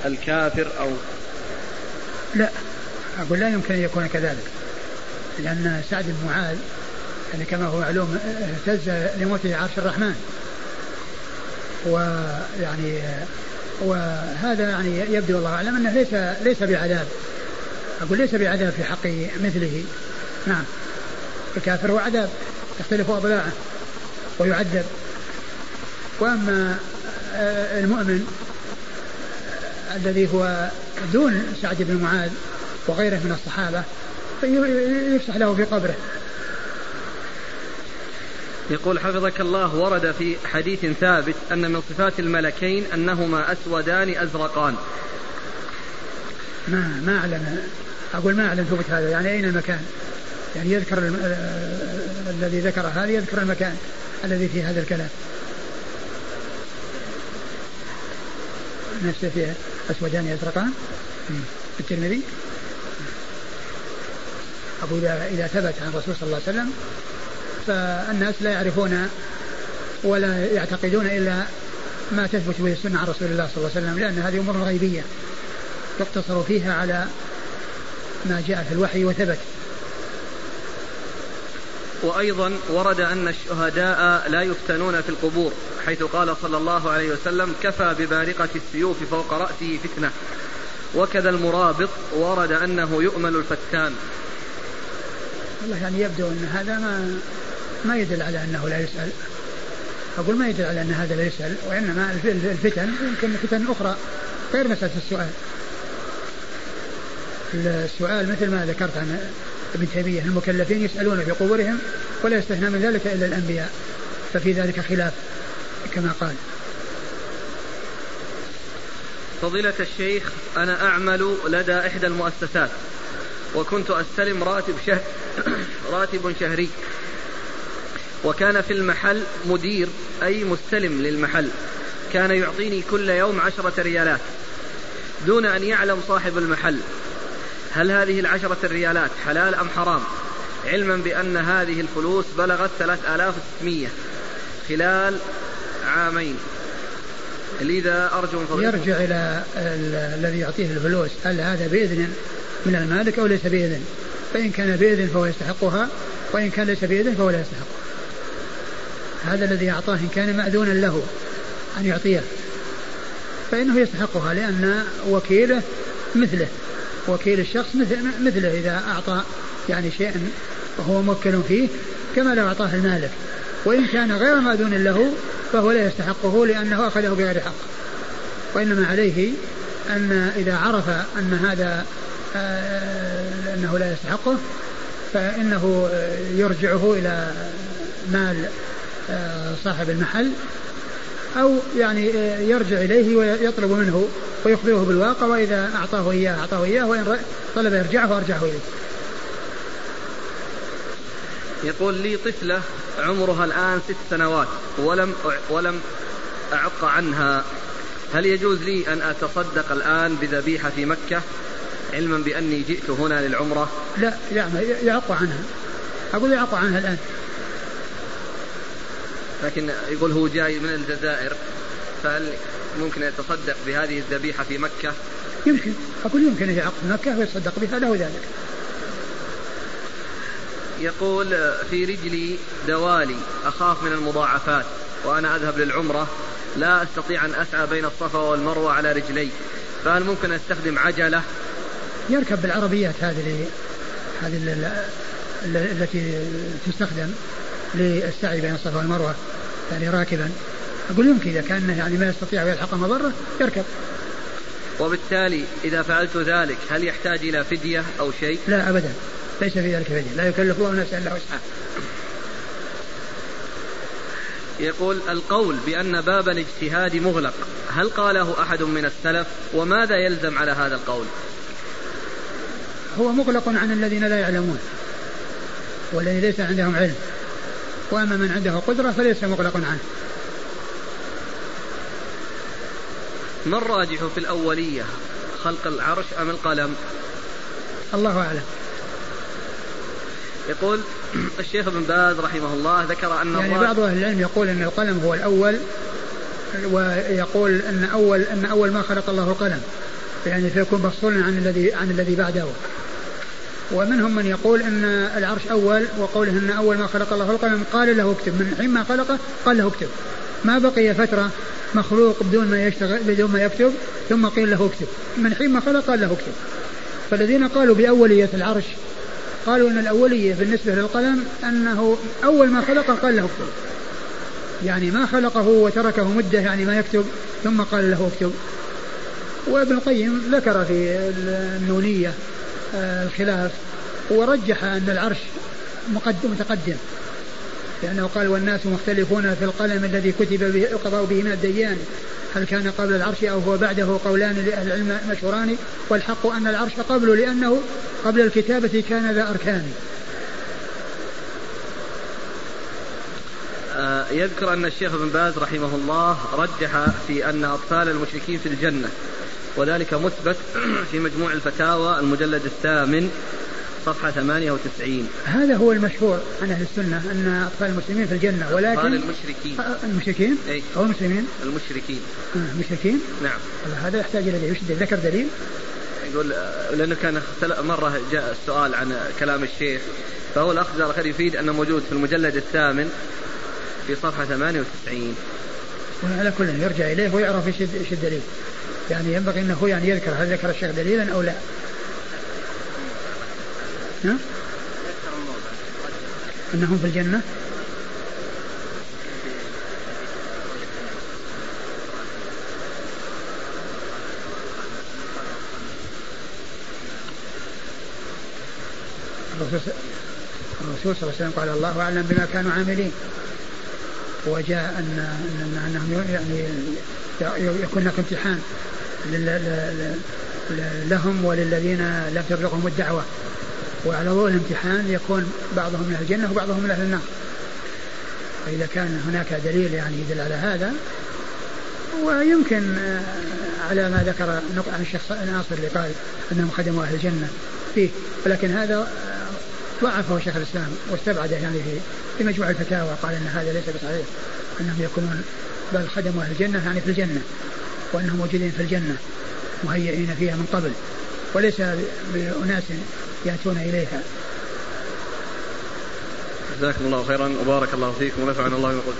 الكافر أو لا، أقول لا يمكن أن يكون كذلك، لأن سعد بن معاذ يعني كما هو معلوم اهتز لموته عرش الرحمن، ويعني وهذا يعني يبدو الله أعلم أنه ليس بعذاب، أقول ليس بعذاب في حق مثله. نعم، الكافر هو عذاب تختلف أضلاعه ويعذب، وأما المؤمن الذي هو دون سعد بن معاذ وغيره من الصحابة يفسح له في قبره. يقول حفظك الله: ورد في حديث ثابت أن من صفات الملكين أنهما أسودان أزرقان. ما أعلم، أقول ما أعلم ثبت هذا، يعني أين المكان؟ يعني يذكر الذي ذكر هذا يذكر المكان الذي في هذا الكلام نفسه فيه أسودان أزرقان في الترمذي. أقول إذا ثبت عن الرسول صلى الله عليه وسلم فالناس لا يعرفون ولا يعتقدون إلا ما تثبت به السنة عن رسول الله صلى الله عليه وسلم، لأن هذه أمور غيبية يقتصر فيها على ما جاء في الوحي وثبت. وأيضا ورد أن الشهداء لا يفتنون في القبور، حيث قال صلى الله عليه وسلم: كفى ببارقة السيوف فوق رأسه فتنة. وكذا المرابط ورد أنه يؤمل الفتان. والله يعني يبدو أن هذا ما يدل على أنه لا يسأل، أقول ما يدل على أن هذا لا يسأل، وإنما الفتن يمكن فتن أخرى غير مسألة السؤال. السؤال مثل ما ذكرت عن ابن تيمية: المكلفين يسألون في قبورهم ولا يستثنى من ذلك إلا الأنبياء، ففي ذلك خلاف كما قال. فضيلة الشيخ، أنا أعمل لدى إحدى المؤسسات، وكنت أستلم راتب شهري، وكان في المحل مدير أي مستلم للمحل كان يعطيني كل يوم 10 ريالات دون أن يعلم صاحب المحل. هل هذه 10 ريالات حلال أم حرام، علما بأن هذه الفلوس بلغت 3600 خلال عامين؟ لذا أرجو من فضلكم. يرجع إلى الذي يعطيه الفلوس، هل هذا بإذن من المالك أو ليس بإذن؟ فإن كان بإذن فهو يستحقها، وإن كان ليس بإذن فهو لا يستحقها. هذا الذي أعطاه إن كان مأذونا له أن يعطيه فإنه يستحقها، لأن وكيله مثله، وكيل الشخص مثله إذا أعطى يعني شيئا وهو موكل فيه كما لو أعطاه المالك. وإن كان غير مأذون له فهو لا يستحقه لأنه أخذه بغير حق، وإنما عليه أن إذا عرف أن هذا أنه لا يستحقه فإنه يرجعه إلى مال صاحب المحل، أو يعني يرجع إليه ويطلب منه ويخبره بالواقع، وإذا أعطاه إياه وإن طلب يرجعه أرجعه إليه. يقول: لي طفلة عمرها الآن 6 سنوات ولم أعق عنها، هل يجوز لي أن أتصدق الآن بذبيحة في مكة علما بأني جئت هنا للعمرة؟ لا، يعق عنها، أقول يعق عنها الآن. لكن يقول هو جاي من الجزائر، فهل ممكن يتصدق بهذه الذبيحة في مكة؟ يمكن، أقول يمكن أن يعق في مكة ويتصدق بها، له ذلك. يقول: في رجلي دوالي، أخاف من المضاعفات، وأنا أذهب للعمرة لا أستطيع أن أسعى بين الصفا والمروة على رجلي، فهل ممكن أستخدم عجلة؟ يركب بالعربيات هذه التي تستخدم للسعي بين الصفا والمروة، يعني راكبا. أقول يمكن إذا كان يعني ما يستطيع ويلحق مضرة يركب. وبالتالي إذا فعلت ذلك هل يحتاج إلى فدية أو شيء؟ لا أبدا، ليس في ذلك فدية، لا يكلف الله نفسا إلا وسعها. يقول: القول بأن باب الاجتهاد مغلق، هل قاله أحد من السلف؟ وماذا يلزم على هذا القول؟ هو مغلق عن الذين لا يعلمون والذي ليس عندهم علم، وأما من عنده قدرة فليس مغلق عنه. ما الراجح في الأولية، خلق العرش أم القلم؟ الله أعلم. يقول الشيخ ابن باز رحمه الله ذكر أن يعني بعض أهل العلم يقول أن القلم هو الأول، ويقول أن أول ما خلق الله القلم، يعني فيكون مفصولا عن الذي بعده. ومنهم من يقول ان العرش اول، وقوله ان اول ما خلق الله القلم قال له اكتب، من حين ما خلقه قال له اكتب، ما بقي فترة مخلوق بدون ما يشتغل بدون ما يكتب ثم قيل له اكتب، من حين ما خلق قال له اكتب. فالذين قالوا بأولية العرش قالوا ان الأولية بالنسبة للقلم انه اول ما خلقه قال له اكتب، يعني ما خلقه وتركه مدة يعني ما يكتب ثم قال له اكتب. وابن القيم ذكر في النونية الخلاف ورجح أن العرش متقدم، لأنه قال والناس مختلفون في القلم الذي كتب به القضاء به من الديان، هل كان قبل العرش أو هو بعده؟ قولان لأهل العلم مشهوران، والحق أن العرش قبله لأنه قبل الكتابة كان ذا أركان. يذكر أن الشيخ ابن باز رحمه الله رجح في أن أطفال المشركين في الجنة، وذلك مثبت في مجموع الفتاوى المجلد 8 صفحة 98. هذا هو المشهور عن أهل السنة أن أطفال المسلمين في الجنة، ولكن أطفال المشركين أي؟ أو المسلمين المشركين نعم. هذا يحتاج إلى ذكر دليل. يقول لأنه كان مرة جاء السؤال عن كلام الشيخ، فهو الأخ جزاه الله خير يفيد أنه موجود في المجلد 8 في صفحة 98. وعلى كل يرجع إليه ويعرف إيش الدليل، يعني ينبغي أنه يعني يذكر هل ذكر الشيخ دليلا أو لا. أنهم في الجنة. الرسول صلى الله عليه وسلم قال الله أعلم بما كانوا عاملين، وجاء أنهم يعني يكون لك امتحان لهم وللذين لم تبلغهم الدعوة، وعلى ضوء الامتحان يكون بعضهم من الجنة وبعضهم من أهل النار. فإذا كان هناك دليل يعني يدل على هذا، ويمكن على ما ذكر عن الشيخ ناصر اللي قال أنهم خدموا أهل الجنة فيه، ولكن هذا ضعفه شيخ الإسلام واستبعده يعني في مجموع الفتاوى، قال أن هذا ليس بصحيح أنهم يكونون بل خدموا أهل الجنة يعني في الجنة، وأنهم موجودين في الجنة مهيئين فيها من قبل، وليس بأناس يأتون إليها. جزاكم الله خيرا وبارك الله فيكم ونفعنا الله بما قلت.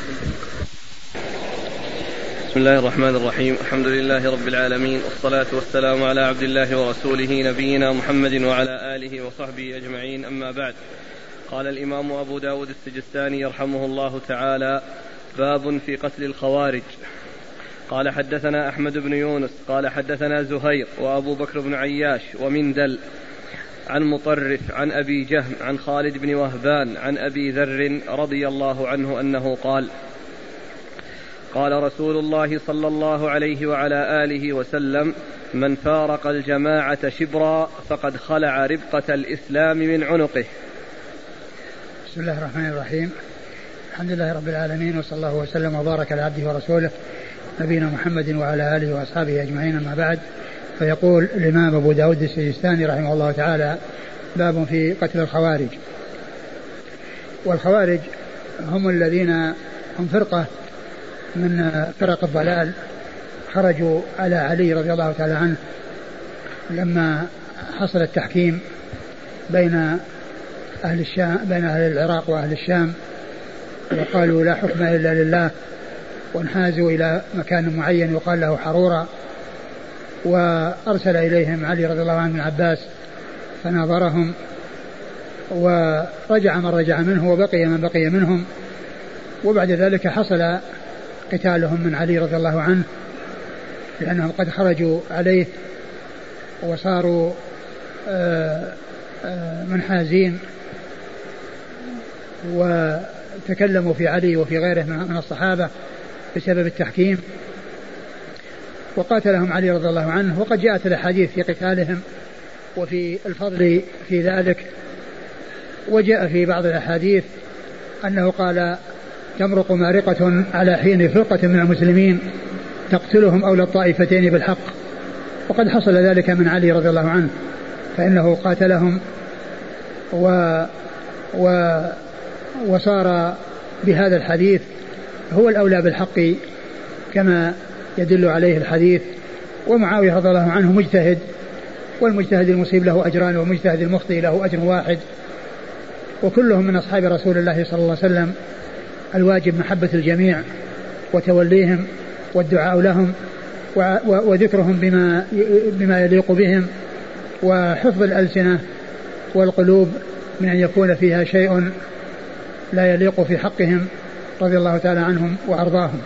بسم الله الرحمن الرحيم، الحمد لله رب العالمين، والصلاة والسلام على عبد الله ورسوله نبينا محمد وعلى آله وصحبه أجمعين، أما بعد. قال الإمام أبو داود السجستاني يرحمه الله تعالى: باب في قتل الخوارج. قال حدثنا أحمد بن يونس قال حدثنا زهير وأبو بكر بن عياش ومندل عن مطرف عن أبي جهم عن خالد بن وهبان عن أبي ذر رضي الله عنه أنه قال: قال رسول الله صلى الله عليه وعلى آله وسلم: من فارق الجماعة شبرا فقد خلع ربقة الإسلام من عنقه. بسم الله الرحمن الرحيم، الحمد لله رب العالمين، وصلى الله وسلم وبارك على عبده ورسوله نبينا محمد وعلى آله وأصحابه أجمعين، أما بعد. فيقول الإمام أبو داود السجستاني رحمه الله تعالى: باب في قتل الخوارج. والخوارج هم الذين هم فرقة من فرق الضلال، خرجوا على علي رضي الله تعالى عنه لما حصل التحكيم بين أهل الشام، بين أهل العراق وأهل الشام، وقالوا لا حكم إلا لله، وانحازوا إلى مكان معين يقال له حرورة، وأرسل إليهم علي رضي الله عنه بن عباس فناظرهم، ورجع من رجع منه وبقي من بقي منهم، وبعد ذلك حصل قتالهم من علي رضي الله عنه، لأنهم قد خرجوا عليه وصاروا منحازين، وتكلموا في علي وفي غيره من الصحابة بسبب التحكيم، وقاتلهم علي رضي الله عنه. وقد جاءت الأحاديث في قتالهم وفي الفضل في ذلك، وجاء في بعض الأحاديث أنه قال: تمرق مارقة على حين فرقة من المسلمين تقتلهم أولى الطائفتين بالحق. وقد حصل ذلك من علي رضي الله عنه، فإنه قاتلهم وصار بهذا الحديث هو الأولى بالحق كما يدل عليه الحديث، ومعاوية رضي الله عنه مجتهد، والمجتهد المصيب له أجران والمجتهد المخطئ له أجر واحد، وكلهم من أصحاب رسول الله صلى الله عليه وسلم. الواجب محبة الجميع وتوليهم والدعاء لهم وذكرهم بما يليق بهم، وحفظ الألسنة والقلوب من أن يكون فيها شيء لا يليق في حقهم رضي الله تعالى عنهم وأرضاهم.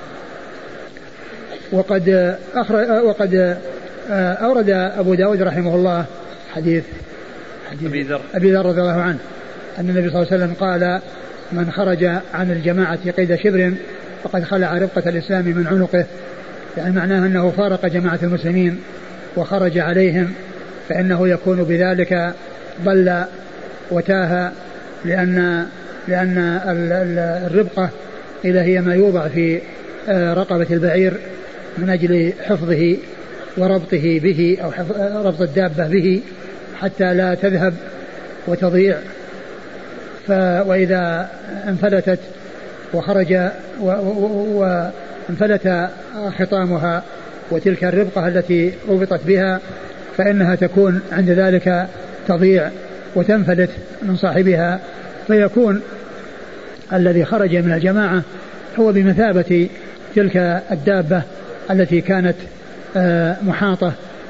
وقد أورد أبو داود رحمه الله حديث أبي ذر رضي الله عنه أن النبي صلى الله عليه وسلم قال: من خرج عن الجماعة قيد شبر فقد خلع ربقة الإسلام من عنقه، يعني معناه أنه فارق جماعة المسلمين وخرج عليهم، فإنه يكون بذلك ضل وتاه، لأن الربقة إذا هي ما يوضع في رقبة البعير من أجل حفظه وربطه به أو ربط الدابة به حتى لا تذهب وتضيع، وإذا انفلتت وخرج وانفلت خطامها وتلك الربقة التي ربطت بها فإنها تكون عند ذلك تضيع وتنفلت من صاحبها، فيكون الذي خرج من الجماعة هو بمثابة تلك الدابة التي كانت محاطة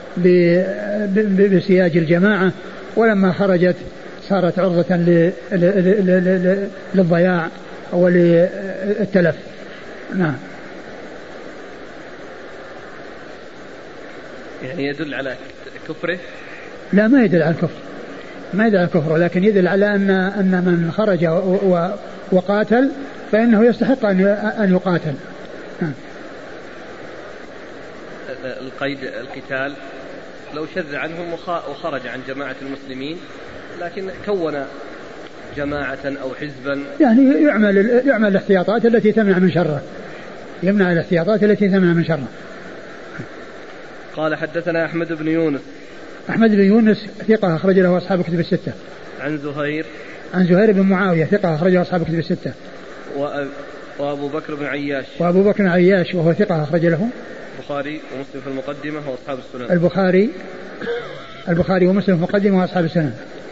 بسياج الجماعة، ولما خرجت صارت عرضة للضياع وللتلف. نعم. يعني يدل على كفره؟ لا، ما يدل على الكفر، ما يدل على الكفر، لكن يدل على أن من خرج وقاتل فإنه يستحق أن يقاتل. القيد القتال لو شذ عنهم وخرج عن جماعة المسلمين لكن كون جماعة أو حزبا، يعني يعمل الاحتياطات التي تمنع من شره، يمنع الاحتياطات التي تمنع من شره. قال: حدثنا أحمد بن يونس. أحمد بن يونس ثقة أخرج له أصحاب الكتب الستة. عن زهير بن معاوية ثقة أخرج له أصحاب الكتب الستة. وأبو بكر بن عياش. وأبو بكر بن عياش وهو ثقة أخرج له البخاري ومسلم في المقدمة وأصحاب السنن. البخاري ومسلم في المقدمة وأصحاب السنن.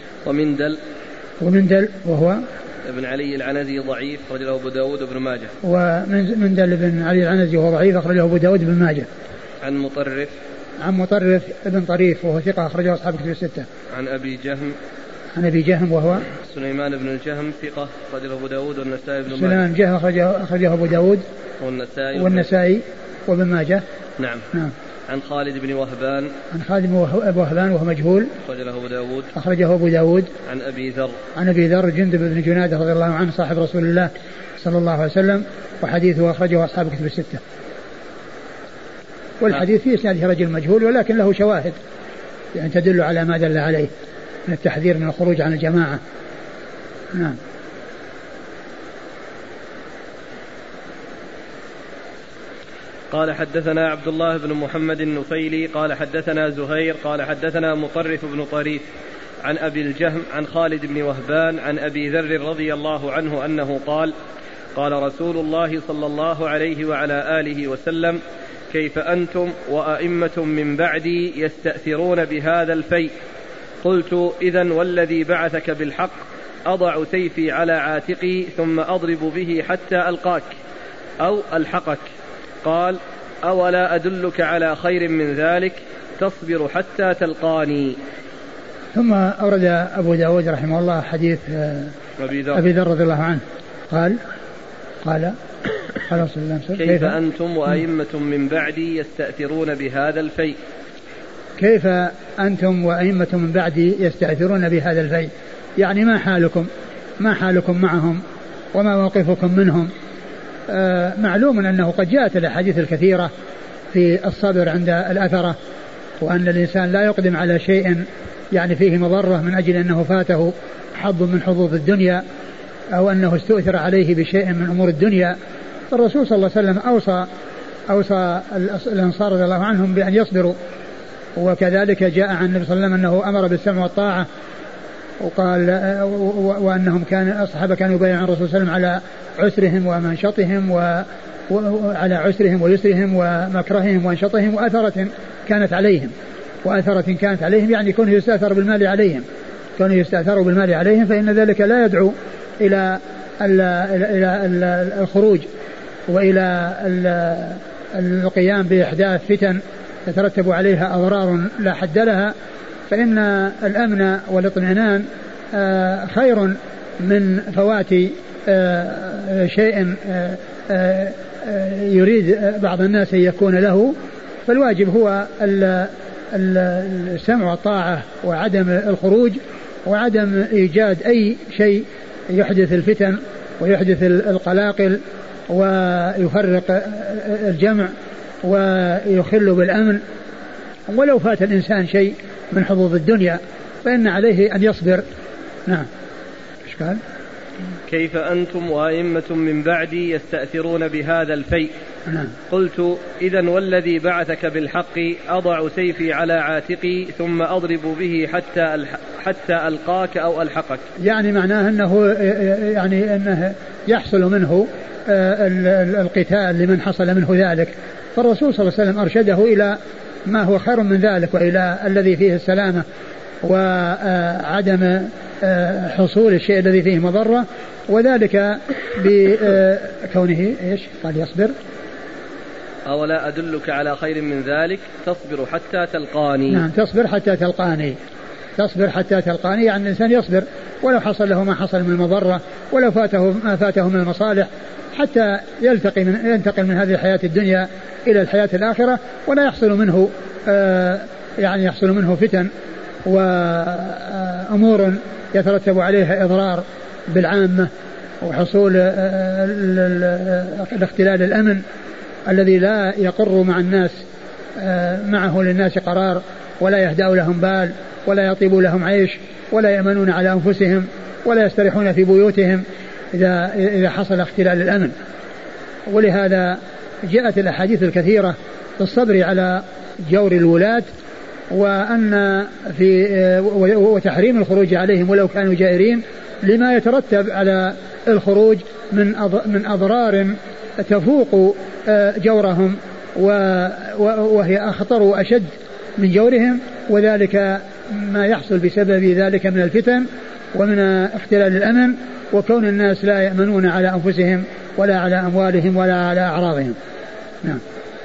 ومندل وهو ابن علي العنزي ضعيف أخرج له أبو داود وابن ماجه. ومندل بن علي العنزي وهو ضعيف أخرج له أبو داود وابن ماجه. عن مطرف ابن طريف وهو ثقة أخرجه أصحاب الكتب الستة. عن أبي جهم وهو سليمان بن الجهم ثقة أخرجه أبو داود والنسائي بن ماجه. سليمان بن الجهم أخرجه أبو داود والنسائي وابن ماجه. نعم. عن خالد بن وهبان. وهو مجهول أخرجه أبو داود. عن أبي ذر جندب بن جنادة رضي الله عنه صاحب رسول الله صلى الله عليه وسلم، وحديثه أخرجه أصحاب الكتب الستة. والحديث فيه إسناده رجل مجهول ولكن له شواهد يعني تدل على ما دل عليه من التحذير من الخروج عن الجماعة. نعم. قال: حدثنا عبد الله بن محمد النفيلي قال حدثنا زهير قال حدثنا مطرف بن طريف عن أبي الجهم عن خالد بن وهبان عن أبي ذر رضي الله عنه أنه قال: قال رسول الله صلى الله عليه وعلى آله وسلم: كيف أنتم وأئمة من بعدي يستأثرون بهذا الفيء؟ قلت: إذن والذي بعثك بالحق أضع سيفي على عاتقي ثم أضرب به حتى ألقاك أو ألحقك. قال: أولا أدلك على خير من ذلك؟ تصبر حتى تلقاني. ثم أورد أبو داود رحمه الله حديث أبي ذر رضي الله عنه قال رسول الله: كيف أنتم وأئمة من بعدي يستأثرون بهذا الفيء؟ كيف أنتم وأئمة من بعدي يستأثرون بهذا الفيء، يعني ما حالكم معهم وما موقفكم منهم. معلوم أنه قد جاءت الأحاديث الكثيرة في الصبر عند الأثرة، وأن الإنسان لا يقدم على شيء يعني فيه مضرة من أجل أنه فاته حظ من حظوظ الدنيا أو أنه استؤثر عليه بشيء من أمور الدنيا. الرسول صلى الله عليه وسلم أوصى الأنصار رضي الله عنهم بأن يصبروا، وكذلك جاء عن النبي صلى الله عليه وسلم أنه أمر بالسمع والطاعة، وقال وأنهم الصحابة كانوا يبايعون الرسول صلى الله عليه وسلم على عسرهم ومنشطهم وعلى عسرهم ويسرهم ومكرههم وانشطهم وأثرة كانت عليهم وأثرة كانت عليهم، يعني كونه يستأثر بالمال عليهم، كونه يستأثروا بالمال عليهم، فإن ذلك لا يدعو إلى الخروج وإلى القيام بإحداث فتن يترتب عليها أضرار لا حد لها. فإن الأمن والاطمئنان خير من فوات شيء يريد بعض الناس أن يكون له. فالواجب هو السمع والطاعة وعدم الخروج وعدم إيجاد أي شيء يحدث الفتن ويحدث القلاقل ويفرق الجمع ويخل بالأمن. ولو فات الإنسان شيء من حظوظ الدنيا فإن عليه أن يصبر. نعم. إيش قال؟ كيف أنتم وأئمة من بعدي يستأثرون بهذا الفيء؟ نعم. قلت إذن والذي بعثك بالحق أضع سيفي على عاتقي ثم أضرب به حتى ألقاك أو ألحقك. يعني معناه أنه يحصل منه القتال لمن حصل منه ذلك. فالرسول صلى الله عليه وسلم أرشده إلى ما هو خير من ذلك وإلى الذي فيه السلامة وعدم حصول الشيء الذي فيه مضرة، وذلك بكونه إيش قال يصبر. أولا أدلك على خير من ذلك تصبر حتى تلقاني. نعم تصبر حتى تلقاني، تصبر حتى تلقاني، يعني الإنسان يصبر ولو حصل له ما حصل من المضرة ولو فاته ما فاته من المصالح حتى ينتقل من هذه الحياة الدنيا إلى الحياة الآخرة ولا يحصل منه يعني يحصل منه فتن وأمور يترتب عليها إضرار بالعامة وحصول الاختلال الأمن الذي لا يقر مع الناس معه للناس قرار ولا يهدأ لهم بال ولا يطيب لهم عيش ولا يأمنون على أنفسهم ولا يستريحون في بيوتهم إذا حصل اختلال الأمن. ولهذا جاءت الأحاديث الكثيرة في الصبر على جور الولاة وأن وتحريم الخروج عليهم ولو كانوا جائرين لما يترتب على الخروج من أضرار تفوق جورهم وهي أخطر وأشد من جورهم، وذلك ما يحصل بسبب ذلك من الفتن ومن اختلال الأمن وكون الناس لا يأمنون على أنفسهم ولا على أموالهم ولا على أعراضهم. نعم.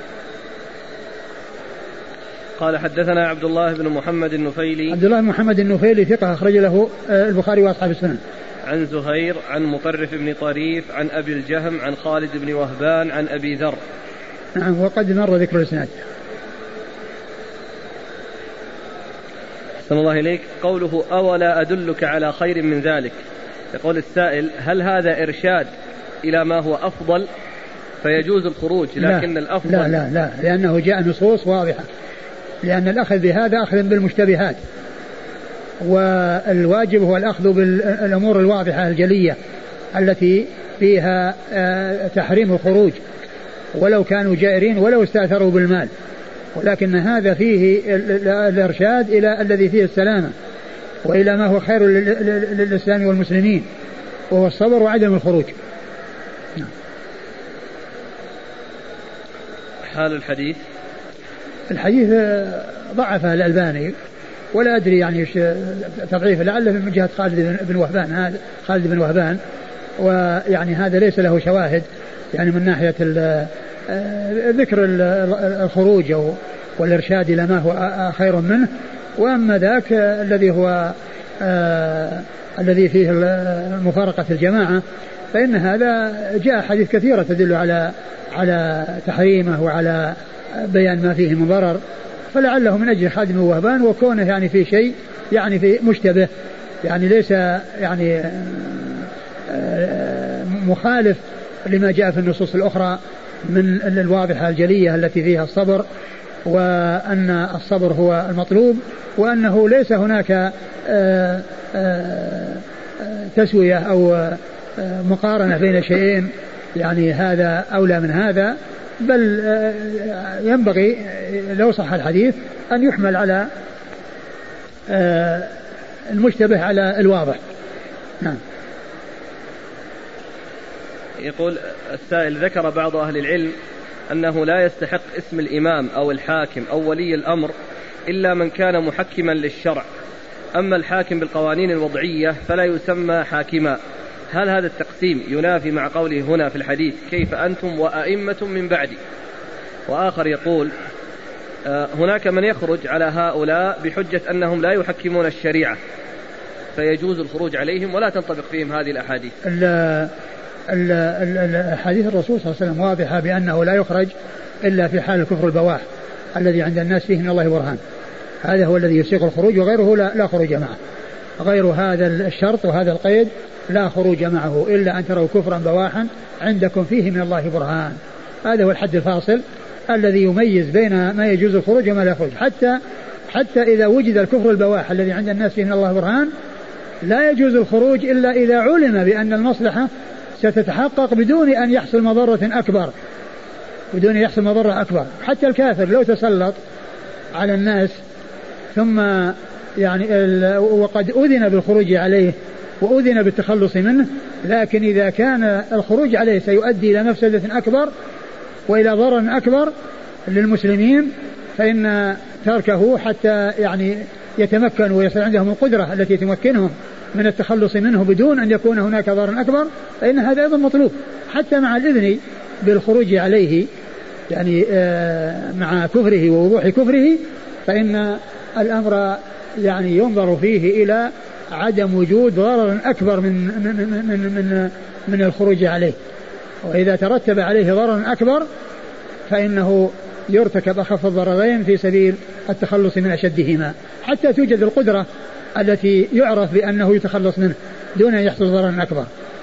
قال حدثنا عبد الله بن محمد النفيلي. عبد الله بن محمد النفيلي ثقة أخرج له البخاري وأصحاب السنن. عن زهير عن مطرف بن طريف عن أبي الجهم عن خالد بن وهبان عن أبي ذر. نعم وقد مر ذكر الإسناد. صلى الله إليك. قوله أولا أدلك على خير من ذلك، يقول السائل هل هذا إرشاد إلى ما هو أفضل فيجوز الخروج لكن لا الأفضل؟ لا لأنه جاء نصوص واضحة، لأن الأخذ بهذا أخذ بالمشتبهات والواجب هو الأخذ بالأمور الواضحة الجلية التي فيها تحريم الخروج ولو كانوا جائرين ولو استأثروا بالمال، ولكن هذا فيه الإرشاد إلى الذي فيه السلامة وإلى ما هو خير للإسلام والمسلمين وهو الصبر وعدم الخروج. حال الحديث ضعفه الألباني ولا أدري يعني تضعيفه لعله من جهة خالد بن وهبان ويعني هذا ليس له شواهد يعني من ناحية ذكر الخروج والإرشاد إلى ما هو خير منه. وأما ذاك الذي هو الذي فيه مفارقة الجماعة فإن هذا جاء حديث كثيرة تدل على تحريمه وعلى بيان ما فيه من ضرر، فلعله من أجل خالد بن وهبان وكونه يعني في شيء يعني في مشتبه يعني ليس يعني مخالف لما جاء في النصوص الأخرى من الواضحة الجلية التي فيها الصبر وأن الصبر هو المطلوب وأنه ليس هناك تسوية أو مقارنة بين شيئين يعني هذا أولى من هذا، بل ينبغي لو صح الحديث أن يحمل على المشتبه على الواضح. نعم. يقول السائل ذكر بعض أهل العلم أنه لا يستحق اسم الإمام أو الحاكم أو ولي الأمر إلا من كان محكما للشرع، أما الحاكم بالقوانين الوضعية فلا يسمى حاكما. هل هذا التقسيم ينافي مع قوله هنا في الحديث كيف أنتم وأئمة من بعدي؟ وآخر يقول هناك من يخرج على هؤلاء بحجة أنهم لا يحكمون الشريعة فيجوز الخروج عليهم ولا تنطبق فيهم هذه الأحاديث. الحديث الرسول صلى الله عليه وسلم واضحة بأنه لا يخرج إلا في حال الكفر البواح الذي عند الناس فيه من الله برهان، هذا هو الذي يسيق الخروج، وغيره لا خروج معه. غير هذا الشرط وهذا القيد لا خروج معه إلا أن تروا كفرا بواحا عندكم فيه من الله برهان. هذا هو الحد الفاصل الذي يميز بين ما يجوز الخروج وما لا يخرج. حتى إذا وجد الكفر البواح الذي عند الناس فيه من الله برهان لا يجوز الخروج إلا إذا علم بأن المصلحة ستتحقق بدون أن يحصل مضرة أكبر. حتى الكافر لو تسلط على الناس ثم وقد أذن بالخروج عليه وأذن بالتخلص منه، لكن إذا كان الخروج عليه سيؤدي إلى مفسدة أكبر وإلى ضرر أكبر للمسلمين فإن تركه حتى يتمكن ويصل عندهم القدرة التي تمكنهم من التخلص منه بدون أن يكون هناك ضرر أكبر، فإن هذا أيضا مطلوب حتى مع الإذن بالخروج عليه مع كفره ووضوح كفره، فإن الأمر ينظر فيه إلى عدم وجود ضرر أكبر من الخروج عليه، وإذا ترتب عليه ضرر أكبر فإنه يرتكب أخف الضررين في سبيل التخلص من أشدهما حتى توجد القدرة التي يعرف بأنه يتخلص منه دون أن يحصل ضرر أكبر.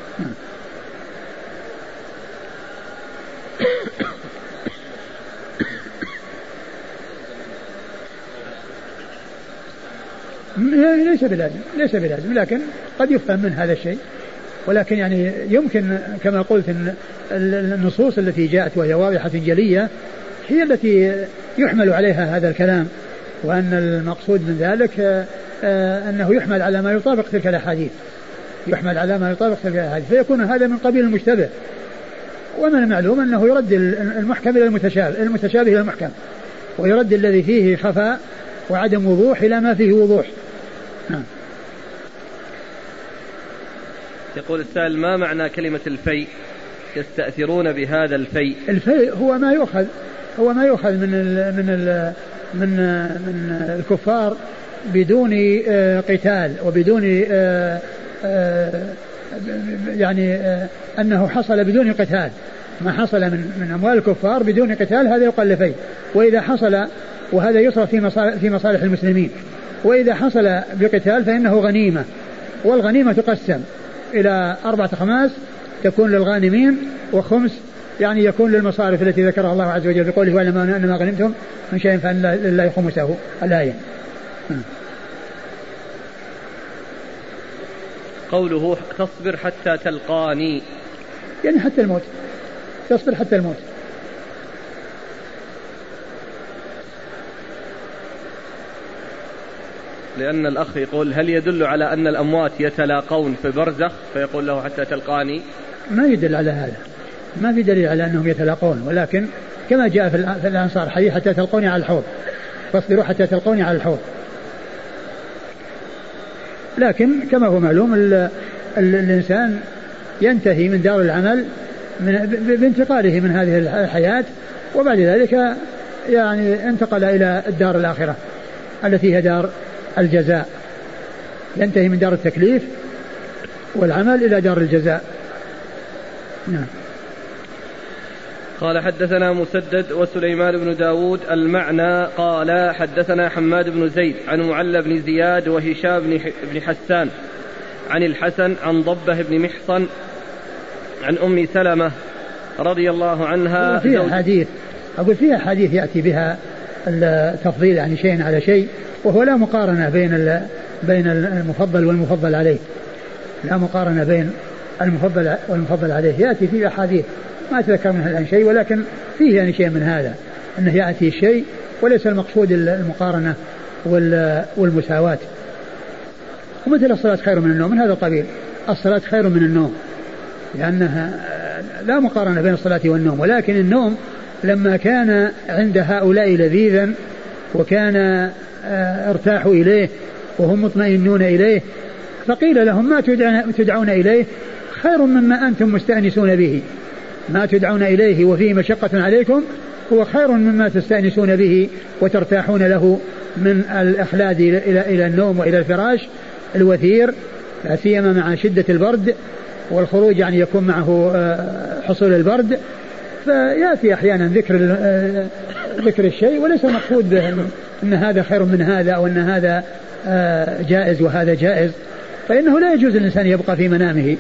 ليس بلازم لكن قد يفهم من هذا الشيء، ولكن يمكن كما قلت أن النصوص التي جاءت وهي واضحة جلية هي التي يحمل عليها هذا الكلام، وأن المقصود من ذلك أنه يحمل على ما يطابق تلك الأحاديث، فيكون هذا من قبيل المشتبه، ومن المعلوم أنه يرد المحكم إلى المتشابه إلى المحكم، ويرد الذي فيه خفاء وعدم وضوح إلى ما فيه وضوح. يقول السائل ما معنى كلمة الفيء؟ يستأثرون بهذا الفيء. الفيء هو ما يؤخذ من الكفار بدون قتال وبدون أنه حصل بدون قتال، ما حصل من أموال الكفار بدون قتال هذا يقال فيء، وإذا حصل وهذا يصرف في مصالح المسلمين، وإذا حصل بقتال فإنه غنيمة، والغنيمة تقسم إلى 4 أخماس تكون للغانمين و5 يكون للمصارف التي ذكرها الله عز وجل بقوله واعلموا أنما غنمتم من شيء فإن لله خمسه الآية. قوله تصبر حتى تلقاني حتى الموت، تصبر حتى الموت. لأن الأخ يقول هل يدل على أن الأموات يتلاقون في برزخ فيقول له حتى تلقاني؟ ما يدل على هذا، ما في دليل على أنهم يتلاقون، ولكن كما جاء في الأنصار حديث حتى تلقوني على الحوض، فاصبروا حتى تلقوني على الحوض. لكن كما هو معلوم الإنسان ينتهي من دار العمل بانتقاله من هذه الحياة، وبعد ذلك انتقل إلى الدار الآخرة التي هي دار الجزاء، ينتهي من دار التكليف والعمل إلى دار الجزاء. نعم. قال حدثنا مسدد وسليمان بن داود المعنى قال حدثنا حماد بن زيد عن معل بن زياد وهشام بن حسان عن الحسن عن ضبه بن محصن عن أم سلمة رضي الله عنها. فيها حديث يأتي بها التفضيل شيء على شيء، وهو لا مقارنة بين المفضل والمفضل عليه، لا مقارنة بين المفضل والمفضل عليه. يأتي فيه أحاديث ما أتذكر منها الآن شيء، ولكن فيه شيء من هذا أنه يأتي الشيء وليس المقصود المقارنة والمساواة. ومثل الصلاة خير من النوم من هذا القبيل، الصلاة خير من النوم، لأنها لا مقارنة بين الصلاة والنوم، ولكن النوم لما كان عند هؤلاء لذيذا وكان ارتاحوا إليه وهم مطمئنون إليه، فقيل لهم ما تدعون إليه خير مما أنتم مستأنسون به، ما تدعون إليه وفيه مشقة عليكم هو خير مما تستأنسون به وترتاحون له من الإخلاد إلى النوم وإلى الفراش الوثير، لا سيما مع شدة البرد والخروج يعني يكون معه حصول البرد، فيأتي أحيانا ذكر الشيء وليس مقصود به أن هذا خير من هذا أو أن هذا جائز وهذا جائز، فإنه لا يجوز الإنسان يبقى في منامه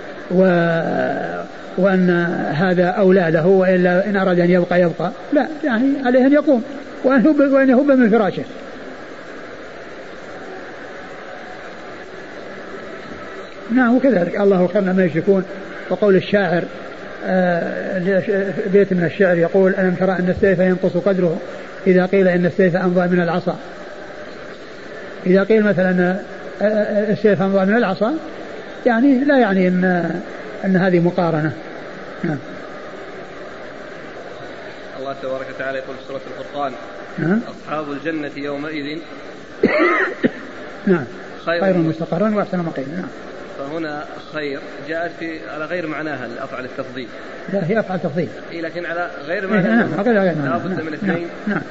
وأن هذا أولى له، وإلا إن أراد أن يبقى لا، يعني عليه أن يقوم وأن يهب من فراشه. نعم وكذلك الله خير ما يشركون. وقول الشاعر بيت من الشعر يقول ألم ترى أن السيف ينقص قدره إذا قيل إن السيف أمضى من العصا. إذا قيل مثلا السيف أمضى من العصا يعني لا يعني أن هذه مقارنة. نعم. الله تبارك وتعالى يقول في سورة الفرقان أصحاب الجنة يومئذ نعم خير مستقرا وأحسن مقيلا. نعم. فهنا خير جاءت على غير معناها الأفعال التفضيل. لا هي أفعال تفضيل لكن على غير معناها. لا بد من اثنين. نعم.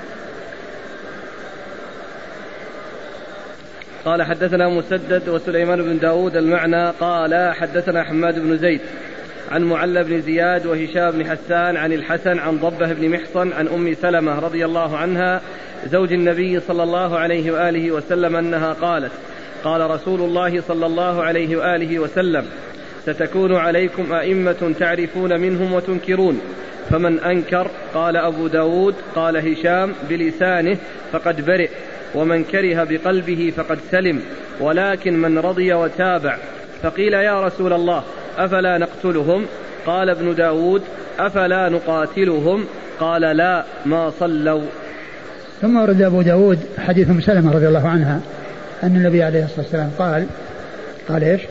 قال حدثنا مسدد وسليمان بن داود المعنى قال حدثنا حماد بن زيد عن معل بن زياد وهشام بن حسان عن الحسن عن ضبه بن محصن عن أم سلمة رضي الله عنها زوج النبي صلى الله عليه وآله وسلم أنها قالت قال رسول الله صلى الله عليه وآله وسلم ستكون عليكم أئمة تعرفون منهم وتنكرون فمن أنكر قال أبو داود قال هشام بلسانه فقد برئ ومن كره بقلبه فقد سلم ولكن من رضي وتابع. فقيل يا رسول الله أفلا نقتلهم؟ قال ابن داود أفلا نقاتلهم؟ قال لا ما صلوا. ثم ورد أبو داود حديث أم سلمة رضي الله عنها أن النبي عليه الصلاة والسلام قال إيش؟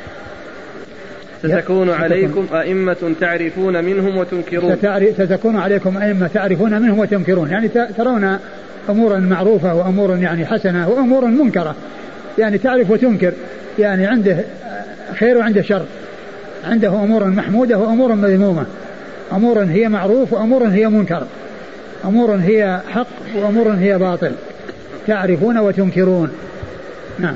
ستكون عليكم أئمة تعرفون منهم وتنكرون. ستكون عليكم أئمة تعرفون منهم وتنكرون، يعني ترون أمورا معروفة وأمور يعني حسنة وأمور منكرة، يعني تعرف وتنكر، يعني عنده خير وعنده شر، عنده أمور محمودة وأمور مذمومة، أمور هي معروف وأمور هي منكر، أمور هي حق وأمور هي باطل، تعرفون وتنكرون. نعم.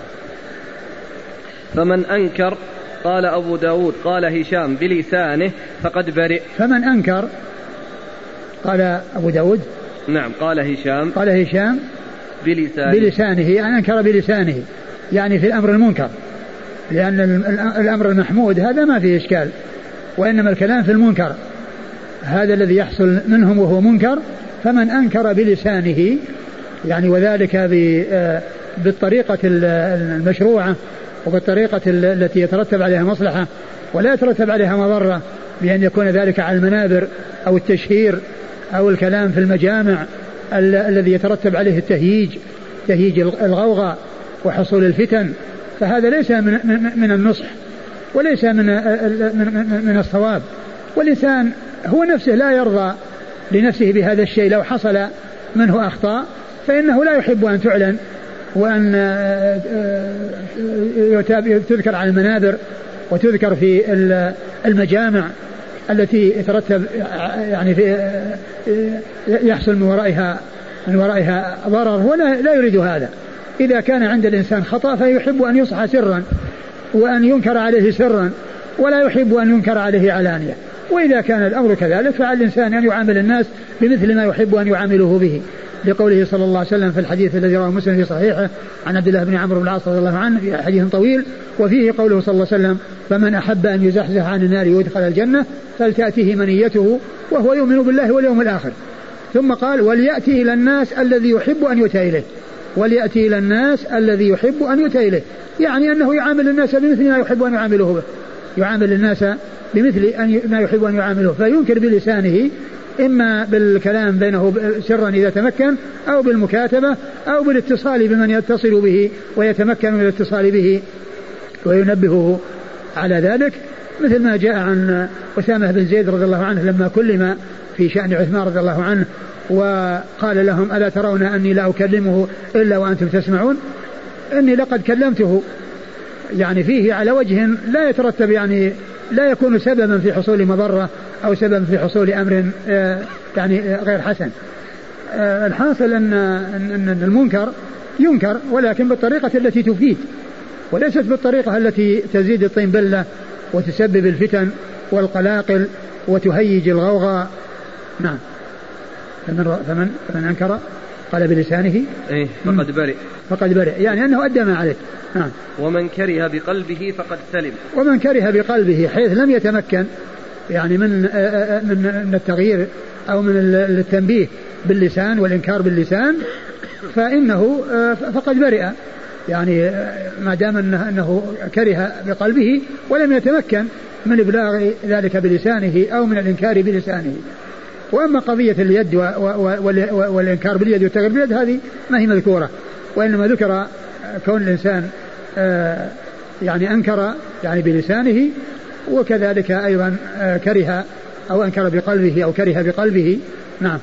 فمن أنكر قال أبو داود قال هشام بلسانه فقد برئ. فمن أنكر قال أبو داود نعم قال هشام بلسانه يعني أنكر بلسانه يعني في الأمر المنكر، لأن الأمر المحمود هذا ما فيه إشكال، وإنما الكلام في المنكر هذا الذي يحصل منهم وهو منكر. فمن أنكر بلسانه يعني وذلك بالطريقة المشروعة وبالطريقة التي يترتب عليها مصلحة ولا يترتب عليها مضرة، بأن يكون ذلك على المنابر أو التشهير أو الكلام في المجامع الذي يترتب عليه تهييج الغوغاء وحصول الفتن، فهذا ليس من النصح وليس من الصواب. والإنسان هو نفسه لا يرضى لنفسه بهذا الشيء، لو حصل منه أخطاء فإنه لا يحب أن تعلن وأن تذكر على المنابر وتذكر في المجامع التي يترتب يعني يحصل من ورائها ضرر، ولا يريد هذا. إذا كان عند الإنسان خطأ فيحب أن يصح سرا وأن ينكر عليه سرا، ولا يحب أن ينكر عليه علانية. وإذا كان الأمر كذلك فعلى الإنسان أن يعامل الناس بمثل ما يحب أن يعامله به، لقوله صلى الله عليه وسلم في الحديث الذي رواه مسلم في صحيحه عن عبد الله بن عمرو بن العاص رضي الله عنه في حديث طويل، وفيه قوله صلى الله عليه وسلم فمن أحب أن يزحزح عن النار ويدخل الجنة فلتأتيه منيته وهو يؤمن بالله واليوم الآخر. ثم قال وليأتي إلى الناس الذي يحب أن يؤتى إليه، وليأتي إلى الناس الذي يحب أن يؤتى إليه، يعني أنه يعامل الناس بمثل ما يحب أن يعامله به، يعامل الناس بمثل ما يحب أن يعامله، فينكر بلسانه إما بالكلام بينه سرا إذا تمكن، أو بالمكاتبة، أو بالاتصال بمن يتصل به ويتمكن من الاتصال به وينبهه على ذلك، مثل ما جاء عن أسامة بن زيد رضي الله عنه لما كلم في شأن عثمان رضي الله عنه وقال لهم ألا ترون أني لا أكلمه إلا وأنتم تسمعون؟ إني لقد كلمته يعني فيه على وجه لا يترتب يعني لا يكون سببا في حصول مضرة أو سببا في حصول أمر يعني غير حسن. الحاصل أن المنكر ينكر ولكن بالطريقة التي تفيد وليست بالطريقة التي تزيد الطين بلة وتسبب الفتن والقلاقل وتهيج الغوغاء. نعم. فمن أنكر قال بلسانه فقد برئ يعني أنه أدى ما عليه. نعم. ومن كره بقلبه فقد سلم. ومن كره بقلبه حيث لم يتمكن يعني من التغيير أو من التنبيه باللسان والإنكار باللسان فإنه فقد برئ يعني ما دام أنه كره بقلبه ولم يتمكن من إبلاغ ذلك بلسانه أو من الإنكار بلسانه. وأما قضية اليد والإنكار باليد والتغيير باليد هذه ما هي مذكورة وإنما ذكر كون الإنسان يعني أنكر يعني بلسانه وكذلك أيضا كره أو أنكر بقلبه أو كره بقلبه. نعم.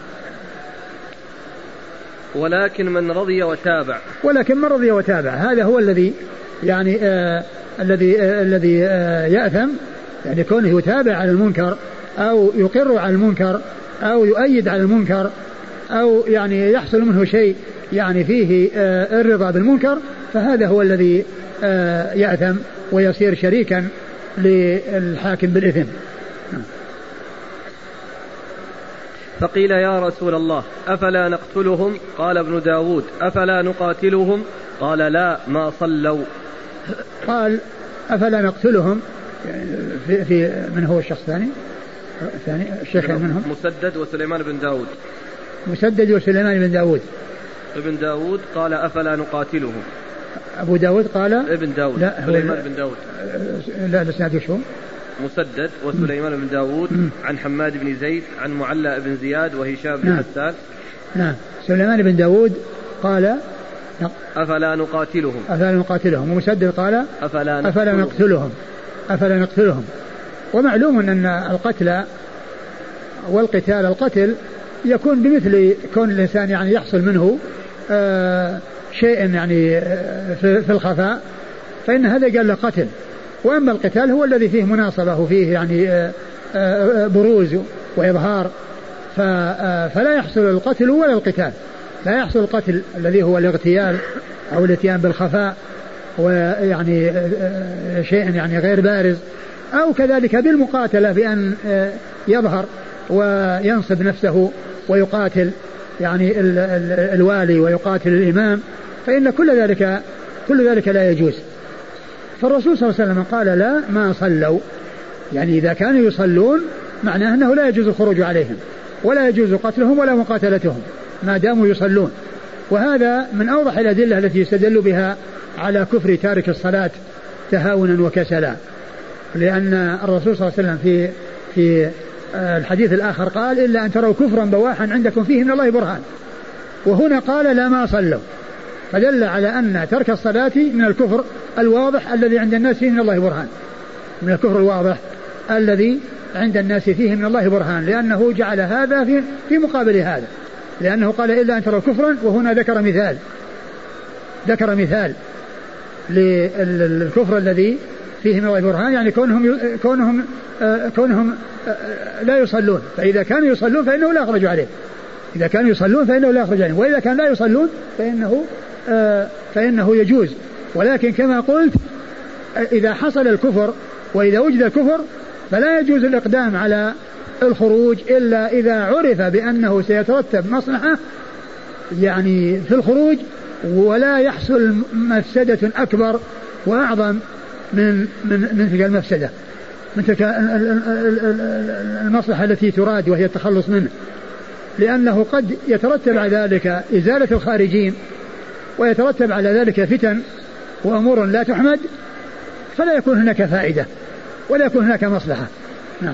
ولكن من رضي وتابع هذا هو الذي يعني الذي يأثم يعني كونه يتابع على المنكر أو يقر على المنكر أو يؤيد على المنكر أو يعني يحصل منه شيء يعني فيه الرضا بالمنكر فهذا هو الذي يأثم ويصير شريكا للحاكم بالإثم. فقيل يا رسول الله أفلا نقتلهم؟ قال ابن داود أفلا نقاتلهم؟ قال لا ما صلوا. قال أفلا نقتلهم في من هو الشخص الثاني الشيخ منهم مسدد وسليمان بن داود. ابن داود قال أفلا نقاتلهم. أبو داود قال ابن داود لا سليمان بن داود لا لسناده شو مسدد وسليمان بن داود عن حماد بن زيد عن معلى بن زياد وهشام بن حسان. نعم. سليمان بن داود قال أفلا نقاتلهم ومسدد قال أفلا نقتلهم. ومعلوم أن القتل والقتال القتل يكون بمثل كون الإنسان يعني يحصل منه شيء يعني في الخفاء فإن هذا قال له قتل. وأما القتال هو الذي فيه مناصبة وفيه يعني بروز وإظهار فلا يحصل القتل ولا القتال. لا يحصل القتل الذي هو الاغتيال أو الاتيان بالخفاء ويعني شيء يعني غير بارز أو كذلك بالمقاتلة بأن يظهر وينصب نفسه ويقاتل يعني الوالي ويقاتل الإمام فإن كل ذلك لا يجوز. فالرسول صلى الله عليه وسلم قال لا ما صلوا يعني إذا كانوا يصلون معناه أنه لا يجوز الخروج عليهم ولا يجوز قتلهم ولا مقاتلتهم ما داموا يصلون. وهذا من أوضح الأدلة التي يستدل بها على كفر تارك الصلاة تهاونا وكسلا لأن الرسول صلى الله عليه وسلم في الحديث الآخر قال إلا أن تروا كفرا بواحا عندكم فيه من الله برهان وهنا قال لا ما صلوا فدل على أن ترك الصلاة من الكفر الواضح الذي عند الناس فيه من الله برهان من الكفر الواضح الذي عند الناس فيه من الله برهان لأنه جعل هذا في مقابل هذا لأنه قال إلا أن تروا كفرا وهنا ذكر مثال للكفر الذي فيه من الله برهان يعني كونهم لا يصلون فإذا كانوا يصلون فإنه لا يخرج عليه وإذا كان لا يصلون فإنه يجوز. ولكن كما قلت إذا حصل الكفر وإذا وجد الكفر فلا يجوز الإقدام على الخروج إلا إذا عرف بأنه سيترتب مصلحة يعني في الخروج ولا يحصل مفسدة أكبر وأعظم من تلك المفسدة من تلك المصلحة التي تراد وهي التخلص منه لأنه قد يترتب على ذلك إزالة الخارجين ويترتب على ذلك فتن وأمور لا تحمد فلا يكون هناك فائدة ولا يكون هناك مصلحة. نعم.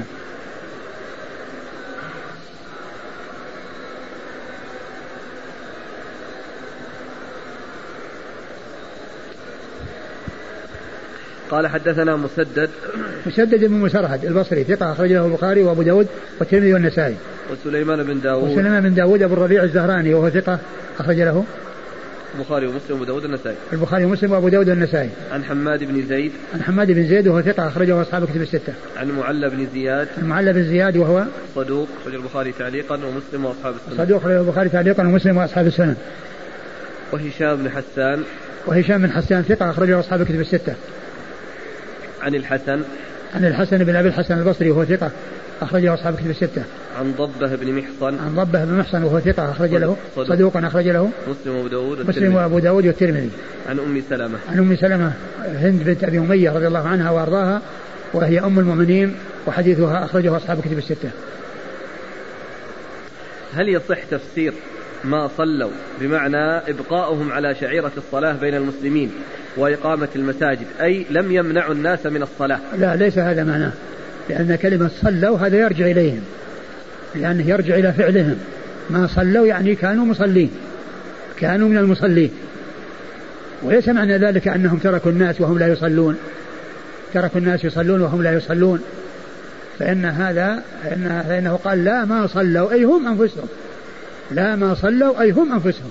قال حدثنا مسدد بن مسرهد البصري ثقة أخرج له البخاري وأبو داود والترمذي والنسائي. وسليمان بن داود أبو الربيع الزهراني وهو ثقة أخرج له البخاري ومسلم وأبو داود النسائي. البخاري ومسلم وأبو داود النسائي. عن حماد بن زيد وهو ثقة أخرجه أصحاب الكتب الستة. عن معل بن زياد وهو صدوق أخرج البخاري تعليقا ومسلم وأصحاب السنن. صدوق أخرج البخاري تعليقا ومسلم وأصحاب السنن. وهشام بن حسان ثقة أخرجه أصحاب الكتب الستة. عن الحسن بن أبي الحسن البصري وهو ثقة أخرجه أصحاب الكتب الستة. عن ضبة بن محصن وهو ثقة أخرج له صدوق أخرج له مسلم وأبو داود والترمذي. عن أم سلمة هند بنت أبي أمية رضي الله عنها وأرضاها وهي أم المؤمنين وحديثها أخرجه أصحاب الكتب الستة. هل يصح تفسير ما صلوا بمعنى إبقاؤهم على شعيرة الصلاة بين المسلمين وإقامة المساجد أي لم يمنعوا الناس من الصلاة؟ لا، ليس هذا معناه، لأن كلمة صلوا هذا يرجع إليهم، لأنه يرجع إلى فعلهم. ما صلوا يعني كانوا مصلين، كانوا من المصلين، وليس معنى ذلك أنهم تركوا الناس وهم لا يصلون، تركوا الناس يصلون وهم لا يصلون، فإنه قال لا ما صلوا أي هم أنفسهم، لا ما صلوا أي هم أنفسهم.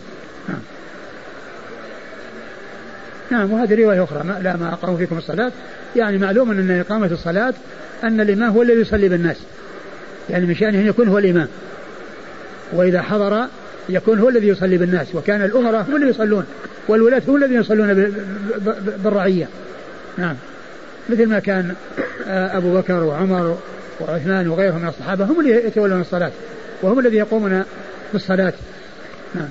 نعم. وهذه رواية أخرى لا ما أقاموا فيكم الصلاة، يعني معلوم أن إقامة الصلاة أن الإمام هو الذي يصلي بالناس، يعني من شأنه أن يكون هو الإمام، وإذا حضر يكون هو الذي يصلي بالناس، وكان الأمراء هم الذي يصلون والولاة هم الذين يصلون بالرعية. نعم. مثل ما كان أبو بكر وعمر وعثمان وغيرهم من الصحابة هم اللي يتولون الصلاة وهم الذي يقومون بالصلاة. نعم.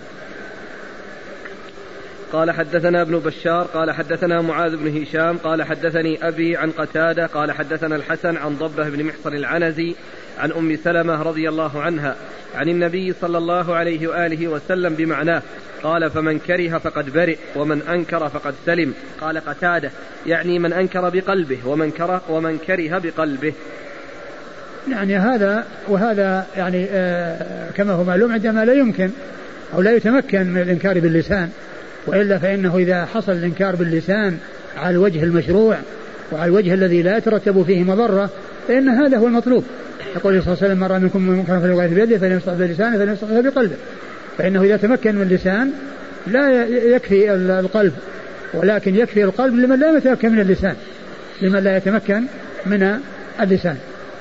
قال حدثنا ابن بشار قال حدثنا معاذ بن هشام قال حدثني أبي عن قتادة قال حدثنا الحسن عن ضبة بن محصن العنزي عن أم سلمة رضي الله عنها عن النبي صلى الله عليه وآله وسلم بمعناه قال فمن كره فقد برئ ومن أنكر فقد سلم. قال قتادة يعني من أنكر بقلبه ومن كره بقلبه. يعني هذا وهذا يعني كما هو معلوم عندما لا يمكن أو لا يتمكن من الإنكار باللسان، وإلا فإنه إذا حصل الإنكار باللسان على الوجه المشروع وعلى الوجه الذي لا يترتب فيه مضرة فإن هذا هو المطلوب. يقول صلى الله عليه وسلم من رأى منكم منكرا فليغيره بيده فإن يستطع بلسانه فإن يستطع بقلبه. فإنه إذا تمكن من اللسان لا يكفي القلب، ولكن يكفي القلب لمن لا يتمكن من اللسان، لمن لا يتمكن من اللسان.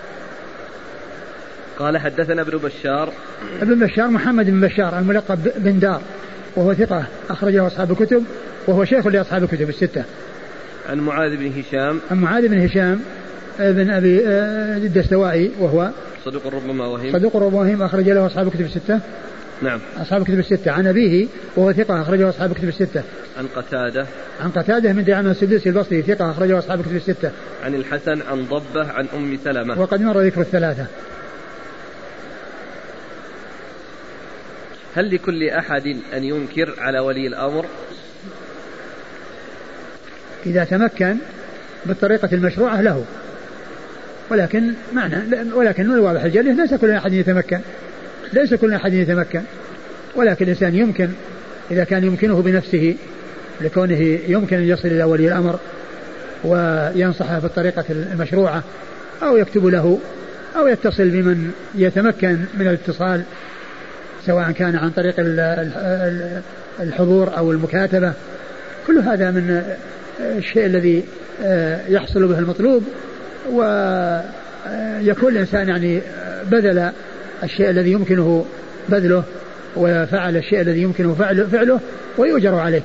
قال حدثنا ابن بشار محمد بن بشار الملقب بن دار وهو ثقة أخرجه أصحاب الكتب وهو شيخ لأصحاب الكتب الستة. عن معاذ بن هشام ابن أبي الدستوائي وهو صدوق ربما وهم أخرج له أصحاب الكتب الستة. نعم. أصحاب الكتب الستة. عن أبيه وهو ثقة أخرجه أصحاب الكتب الستة. عن قتادة من دعامة السدوسي البصري ثقة أخرجه أصحاب الكتب الستة. عن الحسن عن ضبة عن أم سلمة. وقد مر ذكر الثلاثة. هل لكل أحد أن ينكر على ولي الأمر؟ إذا تمكن بالطريقة المشروعة له، ولكن الواضح الجلي ليس كل أحد يتمكن، ولكن الإنسان يمكن إذا كان يمكنه بنفسه لكونه يمكن أن يصل إلى ولي الأمر وينصحه بالطريقة المشروعة، أو يكتب له أو يتصل بمن يتمكن من الاتصال سواء كان عن طريق الحضور أو المكاتبة. كل هذا من الشيء الذي يحصل به المطلوب، ويكون الإنسان يعني بذل الشيء الذي يمكنه بذله وفعل الشيء الذي يمكنه فعله ويؤجر عليه.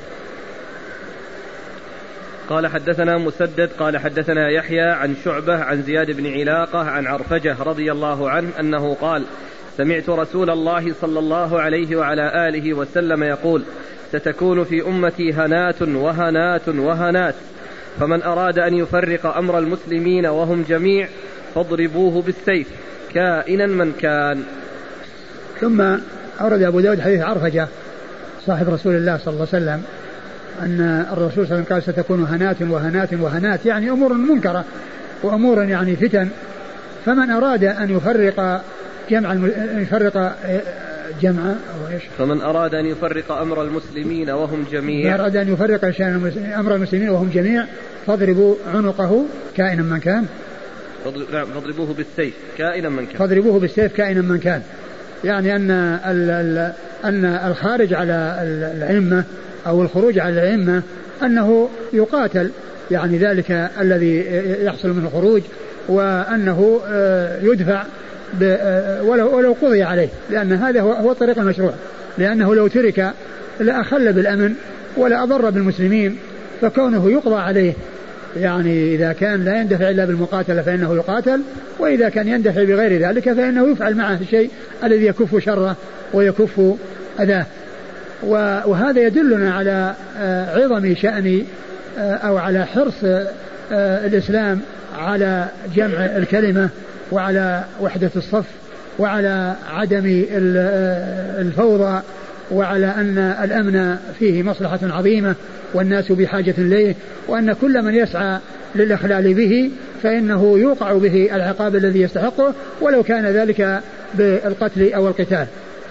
قال حدثنا مسدد قال حدثنا يحيى عن شعبة عن زياد بن علاقة عن عرفجة رضي الله عنه أنه قال سمعت رسول الله صلى الله عليه وعلى آله وسلم يقول ستكون في أمتي هنات وهنات وهنات، فمن أراد أن يفرق أمر المسلمين وهم جميع فاضربوه بالسيف كائنا من كان. ثم أورد أبو داود حديث عرفجة صاحب رسول الله صلى الله عليه وسلم أن الرسول صلى الله عليه وسلم قال ستكون هنات وهنات وهنات، يعني أمور منكرة وأمور يعني فتن، فمن أراد أن يفرق جمع أو إيش؟ فمن أراد أن يفرق أمر المسلمين وهم جميع، من أراد أن يفرق أمر المسلمين وهم جميع فاضربوا عنقه كائنا من كان. فاضربوه بالسيف كائنا من كان. فاضربوه بالسيف كائنا من كان، يعني أن الخارج على الأئمة أو الخروج على الأئمة أنه يقاتل، يعني ذلك الذي يحصل من الخروج، وأنه يدفع ولو قضي عليه، لأن هذا هو الطريق المشروع، لأنه لو ترك لأخل بالأمن ولا أضر بالمسلمين، فكونه يقضى عليه يعني إذا كان لا يندفع إلا بالمقاتلة فإنه يقاتل، وإذا كان يندفع بغير ذلك فإنه يفعل معه الشيء الذي يكف شره ويكف أذاه. وهذا يدلنا على عظم شأن أو على حرص الإسلام على جمع الكلمة وعلى وحدة الصف وعلى عدم الفوضى، وعلى أن الأمن فيه مصلحة عظيمة والناس بحاجة إليه، وأن كل من يسعى للإخلال به فإنه يوقع به العقاب الذي يستحقه ولو كان ذلك بالقتل أو القتال.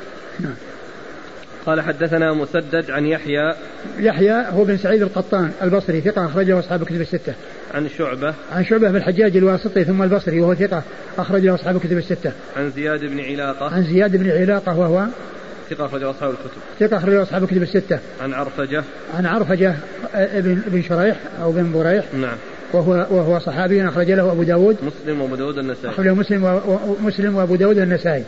قال حدثنا مسدد عن يحيى هو بن سعيد القطان البصري ثقة أخرجه أصحاب الكتب الستة. عن شعبة بن الحجاج الواسطي ثم البصري وهو ثقة أخرجه أصحاب الكتب الستة. عن زياد بن علاقة وهو ثقة أخرجه أصحاب الكتب الستة. عن عرفجة ابن شريح أو بن بريح. نعم. وهو صحابي أخرج له أبو داود مسلم وأبو داود النسائي. أخرجه مسلم وأبو داود النسائي.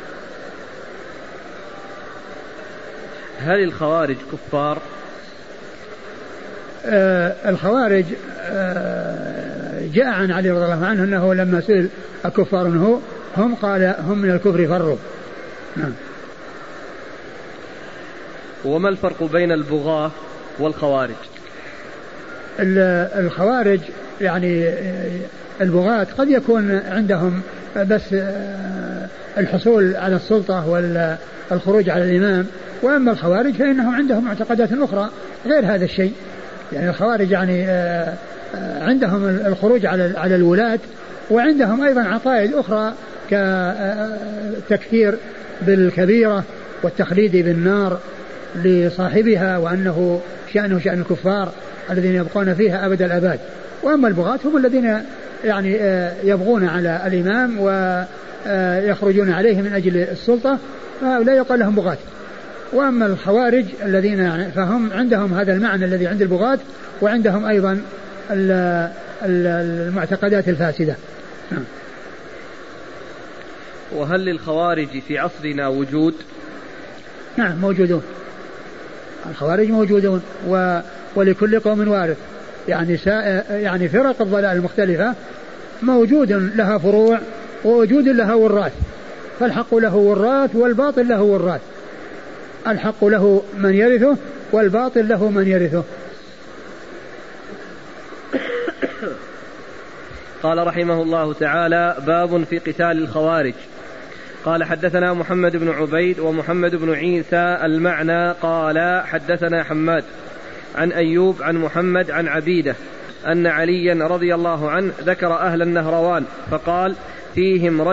هل الخوارج كفار؟ الخوارج جاء عن علي رضي الله عنه أنه لما سئل الكفار هم قال هم من الكفر فروا. نعم. وما الفرق بين البغاة والخوارج؟ الخوارج يعني البغاة قد يكون عندهم بس الحصول على السلطة والخروج على الإمام، وأما الخوارج فإنهم عندهم معتقدات أخرى غير هذا الشيء. يعني الخوارج يعني عندهم الخروج على الولاة، وعندهم أيضا عقائد أخرى كتكفير بالكبيرة والتخليد بالنار لصاحبها، وأنه شأنه شأن الكفار الذين يبقون فيها أبد الأباد. وأما البغاة هم الذين يعني يبغون على الإمام ويخرجون عليه من أجل السلطة، فلا يقال لهم بغاة. وأما الخوارج الذين يعني فهم عندهم هذا المعنى الذي عند البغاة، وعندهم أيضا المعتقدات الفاسدة. وهل للخوارج في عصرنا وجود؟ نعم موجودون، الخوارج موجودون، ولكل قوم وارث، يعني فرق الضلال المختلفة موجود لها فروع ووجود لها وراث، فالحق له وراث والباطل له وراث، الحق له من يرثه والباطل له من يرثه. قال رحمه الله تعالى: باب في قتال الخوارج. قال حدثنا محمد بن عبيد ومحمد بن عيسى المعنى قال حدثنا حماد عن أيوب عن محمد عن عبيدة أن عليا رضي الله عنه ذكر أهل النهروان فقال: فيهم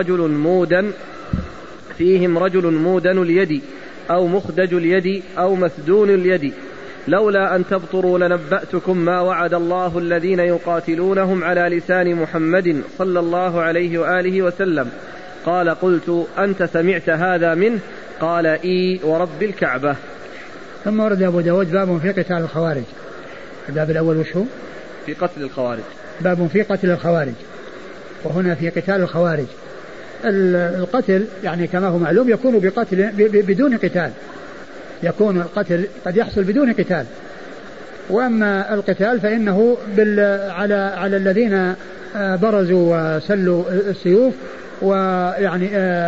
رجل مودن اليد أو مخدج اليد أو مسدون اليد، لولا أن تبطروا لنبأتكم ما وعد الله الذين يقاتلونهم على لسان محمد صلى الله عليه وآله وسلم. قال: قلت: أنت سمعت هذا منه؟ قال: إي ورب الكعبة. ثم ورد أبو داود باب في قتال الخوارج. الباب الأول وشو؟ في قتل الخوارج. باب في قتل الخوارج، وهنا في قتال الخوارج. القتل يعني كما هو معلوم يكون بقتل بدون قتال، يكون القتل قد يحصل بدون قتال، وأما القتال فإنه على الذين برزوا وسلوا السيوف ويعني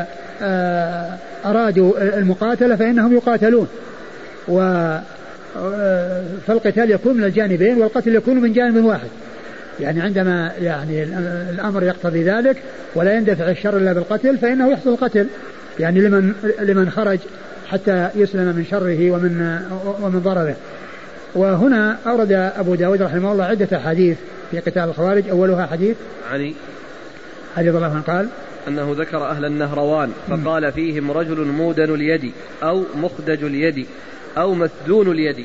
أرادوا المقاتلة فإنهم يقاتلون، فالقتال يكون من الجانبين والقتل يكون من جانب واحد، يعني عندما يعني الأمر يقتضي ذلك ولا يندفع الشر إلا بالقتل فإنه يحصل القتل، يعني لمن خرج حتى يسلم من شره ومن ضرره. وهنا أورد أبو داود رحمه الله عدة حديث في قتال الخوارج. أولها حديث علي رضي الله عنه قال: أنه ذكر أهل النهروان فقال فيهم رجل مودن اليد أو مخدج اليد أو مسدون اليد.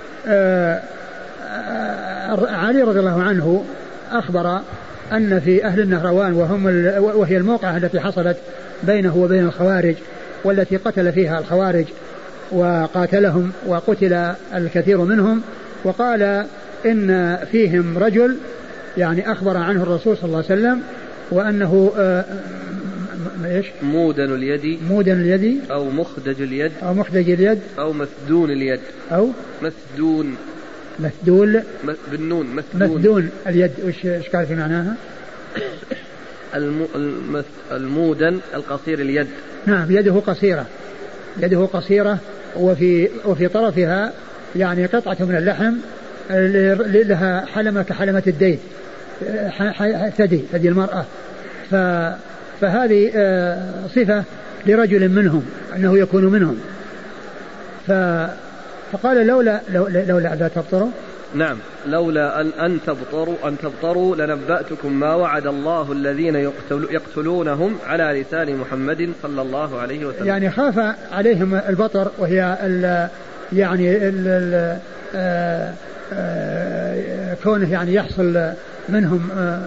علي رضي الله عنه أخبر أن في أهل النهروان وهي الموقعة التي حصلت بينه وبين الخوارج والتي قتل فيها الخوارج وقاتلهم وقتل الكثير منهم، وقال إن فيهم رجل يعني أخبر عنه الرسول صلى الله عليه وسلم وأنه مودن اليد أو مخدج اليد أو مسدون اليد أو مسدول بالنون مسدون اليد. وش قال في معناها؟ المودن القصير اليد. نعم يده قصيرة وفي طرفها يعني قطعة من اللحم لها حلمة كحلمة الديل، ثدي المرأة. فهذه صفة لرجل منهم أنه يكون منهم. فقال لولا لا تبطروا. نعم لولا أن تبطروا لنبأتكم ما وعد الله الذين يقتلونهم على لسان محمد صلى الله عليه وسلم. يعني خاف عليهم البطر، وهي كونه يعني يحصل منهم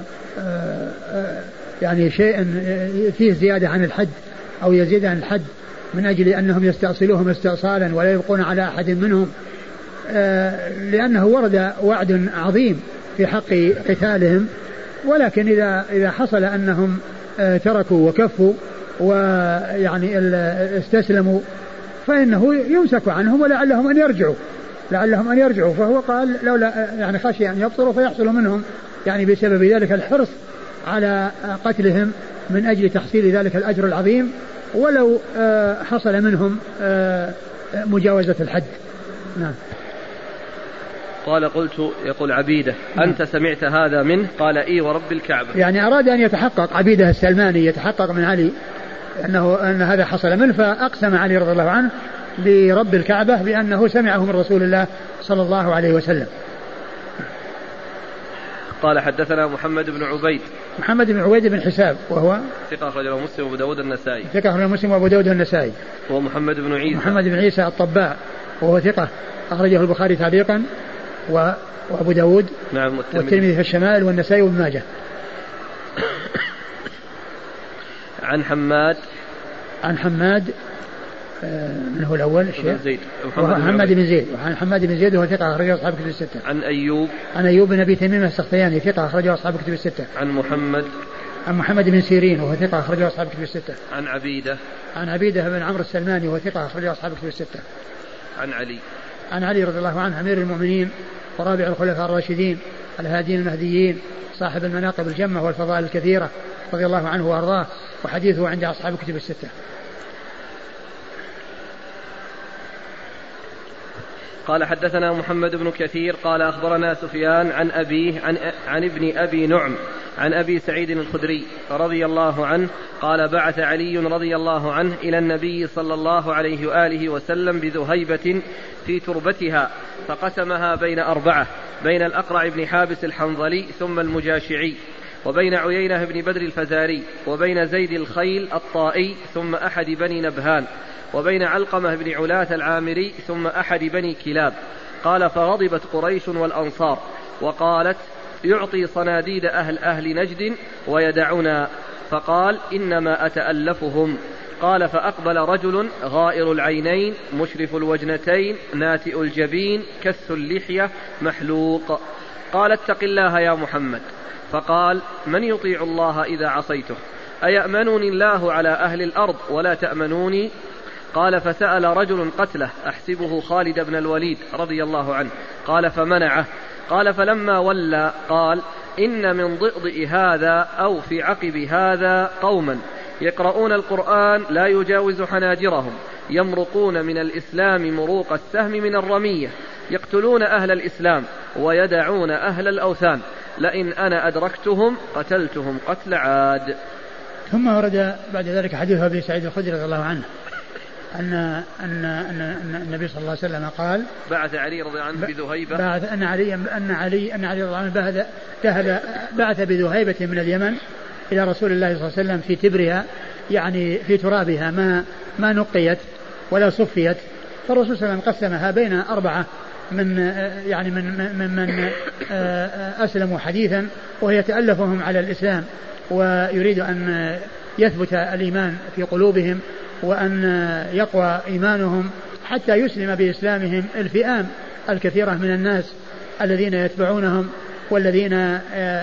يعني شيء فيه زيادة عن الحد أو يزيد عن الحد من أجل أنهم يستأصلوهم استئصالا ولا يبقون على أحد منهم، لأنه ورد وعد عظيم في حق قتالهم. ولكن إذا حصل أنهم تركوا وكفوا ويعني استسلموا فإنه يمسك عنهم ولعلهم أن يرجعوا. فهو قال لولا يعني خشي أن يبطروا فيحصل منهم يعني بسبب ذلك الحرص على قتلهم من أجل تحصيل ذلك الأجر العظيم، ولو حصل منهم مجاوزة الحد. نعم. قال قلت يقول عبيدة أنت سمعت هذا منه؟ قال إيه ورب الكعبة. يعني أراد أن يتحقق عبيدة السلماني يتحقق من علي أن هذا حصل منه، فأقسم علي رضي الله عنه برب الكعبة بأنه سمعه من رسول الله صلى الله عليه وسلم. قال حدثنا محمد بن عبيد بن حساب وهو ثقة أخرجه مسلم وأبو داود النسائي. ومحمد بن عيسى الطباع وهو ثقة أخرجه البخاري تعليقا وأبو داود نعم والترمذي في الشمائل والنسائي وابن ماجه. عن حماد من هو الأول الشيخ محمد بن زيد. وعن حماد بن زيد وهو ثقة أخرجه أصحاب كتب الستة. عن أيوب بن أبي تميم السختياني ثقة أخرجه أصحاب كتب الستة. عن محمد بن سيرين وهو ثقة أخرجه أصحاب كتب الستة. عن عبيدة بن عمرو السلماني وهو ثقة أخرجه أصحاب كتب الستة. عن علي رضي الله عنه أمير المؤمنين ورابع الخلفاء الراشدين الهادين المهديين صاحب المناقب الجمة والفضائل الكثيرة رضي الله عنه وأرضاه، وحديثه عند أصحاب كتب الستة. قال حدثنا محمد بن كثير قال أخبرنا سفيان عن أبيه عن ابن أبي نعم عن أبي سعيد الخدري رضي الله عنه قال بعث علي رضي الله عنه إلى النبي صلى الله عليه وآله وسلم بذهيبة في تربتها فقسمها بين 4، بين الأقرع بن حابس الحنظلي ثم المجاشعي، وبين عيينة بن بدر الفزاري، وبين زيد الخيل الطائي ثم أحد بني نبهان، وبين علقمة بن علاة العامري ثم أحد بني كلاب. قال فغضبت قريش والأنصار وقالت يعطي صناديد أهل نجد ويدعنا، فقال إنما أتألفهم. قال فأقبل رجل غائر العينين مشرف الوجنتين ناتئ الجبين كث اللحية محلوق. قال اتق الله يا محمد. فقال من يطيع الله إذا عصيته؟ أيأمنني الله على أهل الأرض ولا تأمنوني؟ قال فسأل رجل قتله أحسبه خالد بن الوليد رضي الله عنه، قال فمنعه. قال فلما ولى قال إن من ضئضئ هذا أو في عقب هذا قوما يقرؤون القرآن لا يجاوز حناجرهم، يمرقون من الإسلام مروق السهم من الرمية، يقتلون أهل الإسلام ويدعون أهل الأوثان، لئن أنا أدركتهم قتلتهم قتل عاد. ثم ورد بعد ذلك حديث أبي سعيد الخدري رضي الله عنه أن النبي صلى الله عليه وسلم قال بعث علي رضي الله عنه بذهيبة، أن علي رضي الله عنه بعث بذهيبة من اليمن إلى رسول الله صلى الله عليه وسلم في تبرها يعني في ترابها ما نقيت ولا صفيت. فالرسول صلى الله عليه وسلم قسمها بين 4 من أسلموا حديثا وهي تألفهم على الإسلام ويريد أن يثبت الإيمان في قلوبهم وأن يقوى إيمانهم حتى يسلم بإسلامهم الفئام الكثيرة من الناس الذين يتبعونهم والذين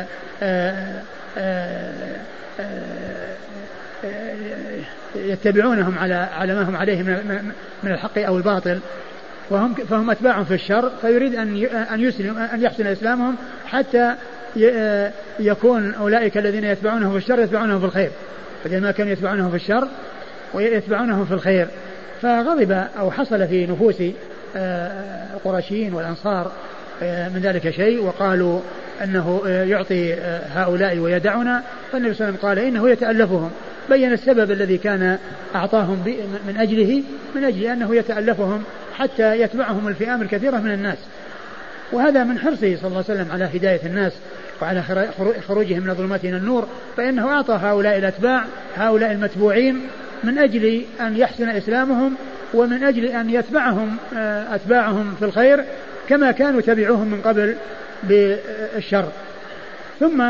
يتبعونهم على ما هم عليه من الحق أو الباطل، فهم أتباعهم في الشر، فيريد أن يحسن إسلامهم حتى يكون أولئك الذين يتبعونه في الشر يتبعونه في الخير، بدل ما كانوا يتبعونه في الشر ويتبعونه في الخير. فغضب أو حصل في نفوس القرشيين والأنصار من ذلك شيء، وقالوا أنه يعطي هؤلاء ويدعنا. فالنبي صلى الله عليه وسلم قال إنه يتألفهم، بين السبب الذي كان أعطاهم من أجل أنه يتألفهم حتى يتبعهم الفئام الكثيرة من الناس. وهذا من حرصه صلى الله عليه وسلم على هداية الناس وعلى خروجهم من الظلمات إلى النور، فإنه أعطى هؤلاء الأتباع هؤلاء المتبوعين من أجل أن يحسن إسلامهم ومن أجل أن يتبعهم أتباعهم في الخير كما كانوا تبعوهم من قبل بالشر. ثم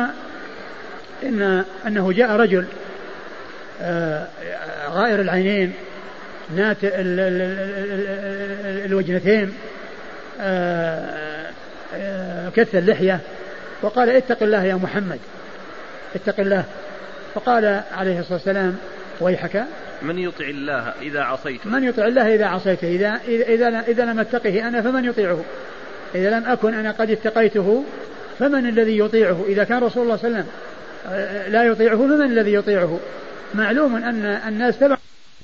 أنه جاء رجل غائر العينين ناتئ الوجنتين كث اللحية، وقال اتق الله يا محمد اتق الله. فقال عليه الصلاة والسلام ويحك من يطع الله إذا عصيته، من يطع الله إذا عصيته، إذا لم اتقه أنا فمن يطيعه، إذا لم أكن أنا قد اتقيته فمن الذي يطيعه؟ إذا كان رسول الله صلى الله عليه وسلم لا يطيعه فمن الذي يطيعه؟ معلوم أن الناس تبع،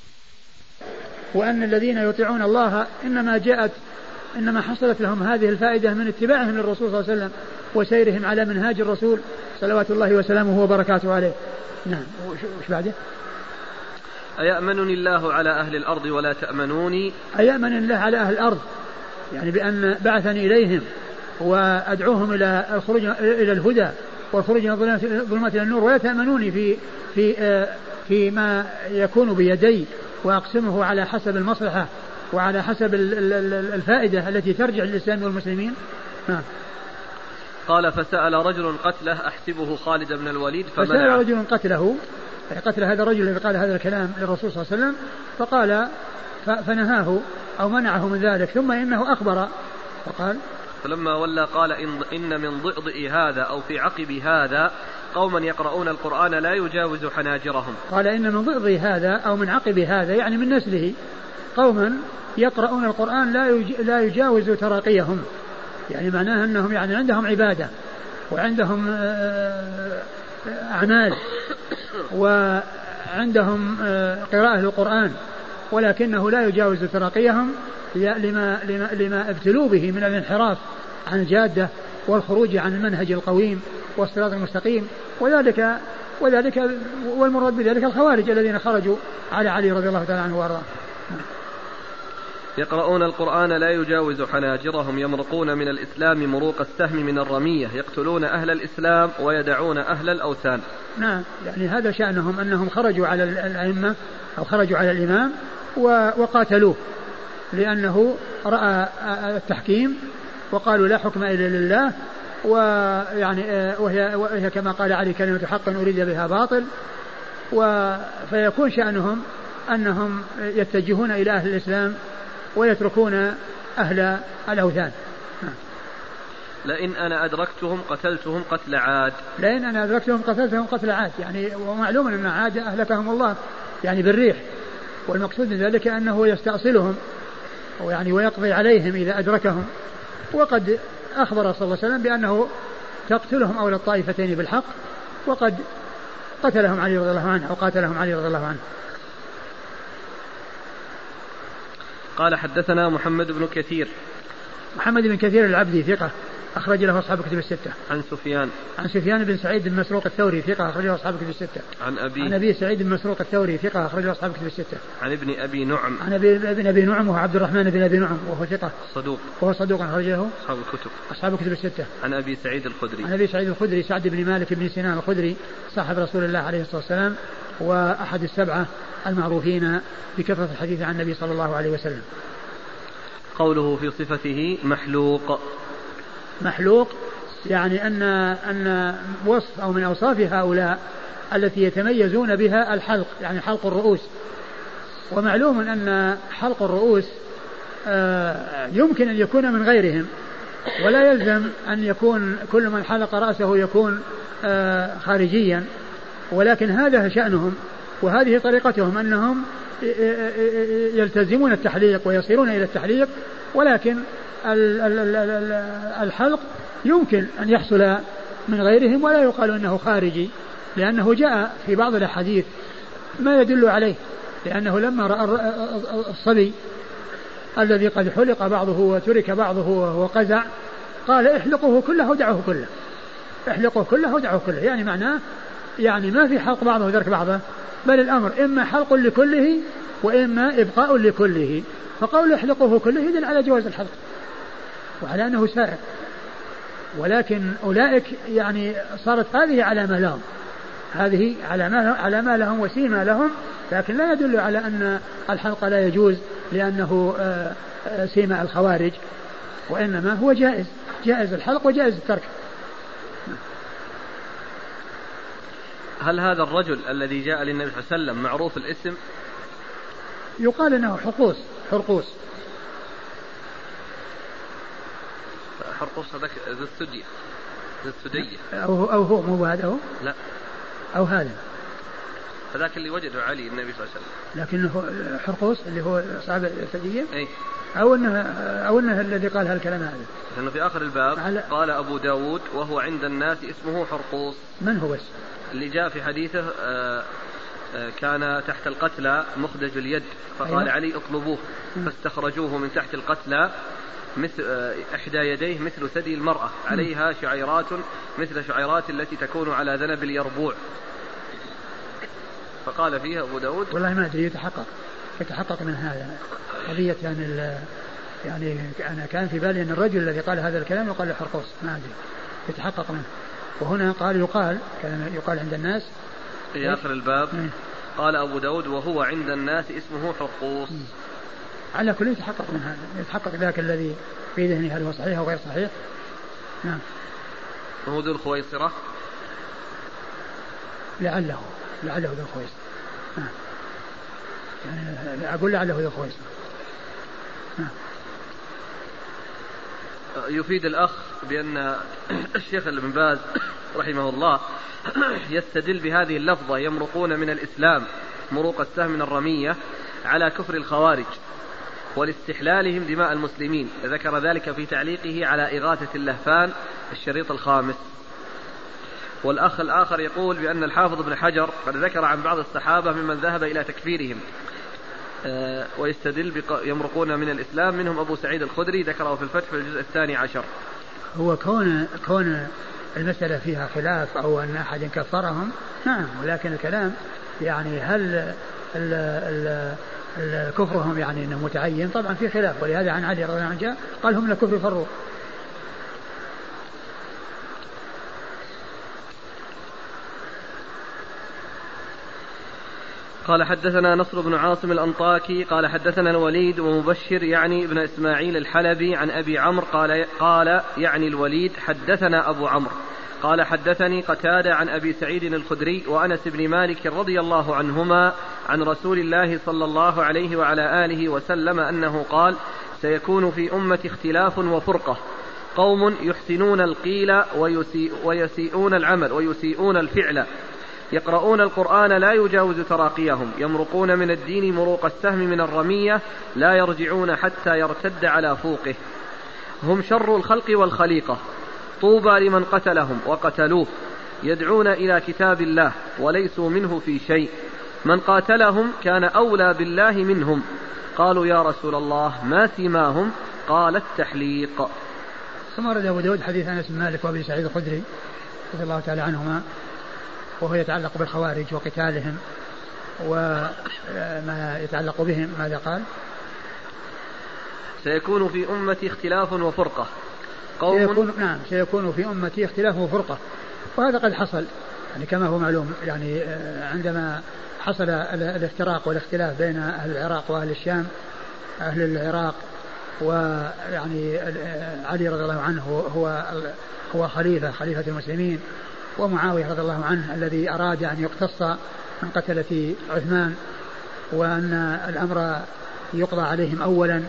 وأن الذين يطيعون الله إنما حصلت لهم هذه الفائدة من اتباعهم للرسول صلى الله عليه وسلم وسيرهم على منهاج الرسول صلوات الله وسلامه وبركاته عليه. نعم. وش بعده؟ أيأمنني الله على أهل الأرض ولا تأمنوني؟ أيأمن الله على أهل الأرض يعني بأن بعثني إليهم وأدعوهم إلى الخروج إلى الهدى والخروج من الظلمات إلى النور، ولا تأمنوني في ما يكون بيدي وأقسمه على حسب المصلحة وعلى حسب الفائدة التي ترجع للإسلام والمسلمين. قال فسأل رجل قتله أحسبه خالد بن الوليد فسأل رجل قتل هذا الرجل الذي قال هذا الكلام للرسول صلى الله عليه وسلم، فقال فنهاه أو منعه من ذلك، ثم إنه أخبر فقال فلما ولى قال إن من ضئضئ هذا أو في عقب هذا قوما يقرؤون القرآن لا يجاوز حناجرهم. قال إن من ضئضئ هذا أو من عقب هذا يعني من نسله قوما يقرؤون القرآن لا يجاوز تراقيهم، يعني معناه أنهم يعني عندهم عبادة وعندهم أعمال وعندهم قراءة للقرآن، ولكنه لا يجاوز تراقيهم لما ابتلوا به من الانحراف عن الجادة والخروج عن المنهج القويم والصراط المستقيم، وذلك والمراد بذلك الخوارج الذين خرجوا على علي رضي الله تعالى عنه وارضاه. يقرؤون القرآن لا يجاوز حناجرهم يمرقون من الإسلام مروق السهم من الرمية يقتلون أهل الإسلام ويدعون أهل الأوثان. نعم، يعني هذا شأنهم أنهم خرجوا على الأئمة أو خرجوا على الإمام وقاتلوه لأنه رأى التحكيم وقالوا لا حكم إلا لله، ويعني وهي كما قال علي كلمة حق أريد بها باطل، فيكون شأنهم أنهم يتجهون إلى أهل الإسلام ويتركون أهل الأوثان. لئن أنا أدركتهم قتلتهم قتل عاد. لئن أنا أدركتهم قتلتهم قتل عاد، يعني ومعلوم أن عاد أهلكهم الله يعني بالريح، والمقصود من ذلك أنه يستأصلهم ويعني ويقضي عليهم إذا أدركهم. وقد أخبر صلى الله عليه وسلم بأنه تقتلهم أولى الطائفتين بالحق، وقد قتلهم علي رضي الله عنه أو قاتلهم علي رضي الله عنه. قال حدثنا محمد بن كثير. محمد بن كثير العبدي ثقة أخرج له أصحاب الكتب الستة. عن سفيان بن سعيد بن مسروق الثوري ثقة أخرج له أصحاب الكتب الستة. عن أبي سعيد بن مسروق الثوري ثقة أخرج له أصحاب الكتب الستة. عن ابن أبي نعم. عن ابن أبي نعم وهو عبد الرحمن بن أبي نعم وهو ثقة صدوق أخرج له أصحاب الكتب الستة. عن أبي سعيد الخدري سعد بن مالك بن سنان الخدري صاحب رسول الله عليه الصلاة والسلام وأحد السبعة المعروفين بكثرة الحديث عن النبي صلى الله عليه وسلم. قوله في صفته محلوق يعني أن وصف أو من أوصاف هؤلاء التي يتميزون بها الحلق يعني حلق الرؤوس. ومعلوم أن حلق الرؤوس يمكن أن يكون من غيرهم ولا يلزم أن يكون كل من حلق رأسه يكون خارجيا ولكن هذا شأنهم وهذه طريقتهم أنهم يلتزمون التحليق ويصيرون إلى التحليق ولكن الحلق يمكن أن يحصل من غيرهم ولا يقال أنه خارجي لأنه جاء في بعض الأحاديث ما يدل عليه لأنه لما رأى الصبي الذي قد حلق بعضه وترك بعضه وهو قزع قال احلقه كله ودعه كله يعني معناه يعني ما في حلق بعضه وترك بعضه بل الأمر إما حلق لكله وإما إبقاء لكله فقول احلقه كله يدل على جواز الحلق وعلى أنه سائر ولكن أولئك يعني صارت هذه علامة لهم هذه علامة لهم وسيمة لهم لكن لا يدل على أن الحلق لا يجوز لأنه سيمة الخوارج وإنما هو جائز الحلق وجائز الترك. هل هذا الرجل الذي جاء للنبي صلى الله عليه وسلم معروف الاسم؟ يقال انه حرقوس هذاك ذو السدية او هو مو هذا لا او هذا فذاك اللي وجده علي النبي صلى الله عليه وسلم لكنه حرقوس اللي هو صاحب السدية اي او انه الذي قال هالكلام هذا لانه في اخر الباب قال ابو داود وهو عند الناس اسمه حرقوس. من هو اللي جاء في حديثه كان تحت القتلى مخدج اليد فقال أيوة. علي اطلبوه فاستخرجوه من تحت القتلى مثل إحدى يديه مثل ثدي المرأة عليها شعيرات مثل شعيرات التي تكون على ذنب اليربوع فقال فيها أبو داود والله ما أدري يتحقق من هذا قضية يعني أنا كان في بالي أن الرجل الذي قال هذا الكلام يقال لحرقوس ما أدري يتحقق منه وهنا يقال عند الناس في آخر الباب قال أبو داود وهو عند الناس اسمه حرقوس. على كل يتحقق من هذا يتحقق ذاك الذي في ذهني هل هو صحيح أو غير صحيح. نعم. وهو ذو الخويصرة لعله ذو الخويصرة يعني أقول لعله ذو الخويصرة. يفيد الأخ بأن الشيخ ابن باز رحمه الله يستدل بهذه اللفظة يمرقون من الإسلام مروق السهم من الرمية على كفر الخوارج ولاستحلالهم دماء المسلمين ذكر ذلك في تعليقه على إغاثة اللهفان الشريط 5. والأخ الآخر يقول بأن الحافظ ابن حجر قد ذكر عن بعض الصحابة ممن ذهب إلى تكفيرهم ويستدل يمرقون من الإسلام منهم أبو سعيد الخدري ذكره في الفتح في الجزء 12. هو كون المسألة فيها خلاف أو أن أحد كفرهم نعم ولكن الكلام يعني هل كفرهم يعني أنه متعين طبعا في خلاف ولهذا عن علي رضي الله عنه قال هم لكفر فروا. قال حدثنا نصر بن عاصم الأنطاكي قال حدثنا الوليد ومبشر يعني ابن إسماعيل الحلبي عن أبي عمرو قال يعني الوليد حدثنا أبو عمرو قال حدثني قتادة عن أبي سعيد الخدري وأنس بن مالك رضي الله عنهما عن رسول الله صلى الله عليه وعلى آله وسلم أنه قال سيكون في أمة اختلاف وفرقة قوم يحسنون القيل ويسيئون العمل ويسيئون الفعل يقرؤون القرآن لا يجاوز تراقيهم يمرقون من الدين مروق السهم من الرمية لا يرجعون حتى يرتد على فوقه هم شر الخلق والخليقة طوبى لمن قتلهم وقتلوه يدعون إلى كتاب الله وليسوا منه في شيء من قاتلهم كان أولى بالله منهم قالوا يا رسول الله ما سماهم قال التحليق. ثم ورد أبو داود حديث أنس بن مالك وأبي سعيد الخدري رضي الله تعالى عنهما وهو يتعلق بالخوارج وقتالهم وما يتعلق بهم. ماذا قال؟ سيكون في أمتي اختلاف وفرقة سيكون في أمتي اختلاف وفرقة، وهذا قد حصل يعني كما هو معلوم، يعني عندما حصل الافتراق والاختلاف بين أهل العراق وأهل الشام. أهل العراق ويعني علي رضي الله عنه هو خليفة المسلمين، ومعاوية رضي الله عنه الذي أراد أن يقتص من قتلة عثمان وأن الأمر يقضى عليهم أولا،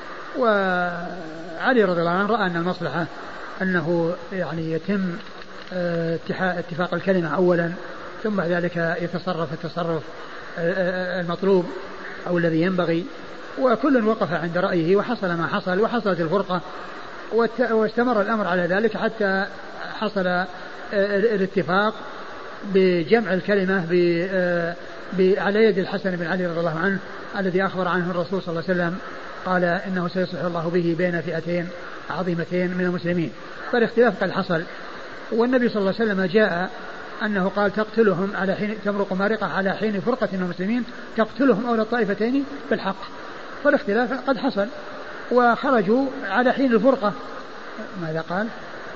وعلي رضي الله عنه رأى أن المصلحة أنه يعني يتم اتفاق الكلمة أولا، ثم بعد ذلك يتصرف التصرف المطلوب أو الذي ينبغي، وكل وقف عند رأيه وحصل ما حصل وحصلت الفرقة، واستمر الأمر على ذلك حتى حصل الاتفاق بجمع الكلمة على يد الحسن بن علي رضي الله عنه الذي أخبر عنه الرسول صلى الله عليه وسلم قال إنه سيصلح الله به بين فئتين عظيمتين من المسلمين. فالاختلاف قد حصل، والنبي صلى الله عليه وسلم جاء أنه قال تقتلهم على حين تمرق مارقة على حين فرقة من المسلمين تقتلهم أولى الطائفتين بالحق. فالاختلاف قد حصل وخرجوا على حين الفرقة. ماذا قال؟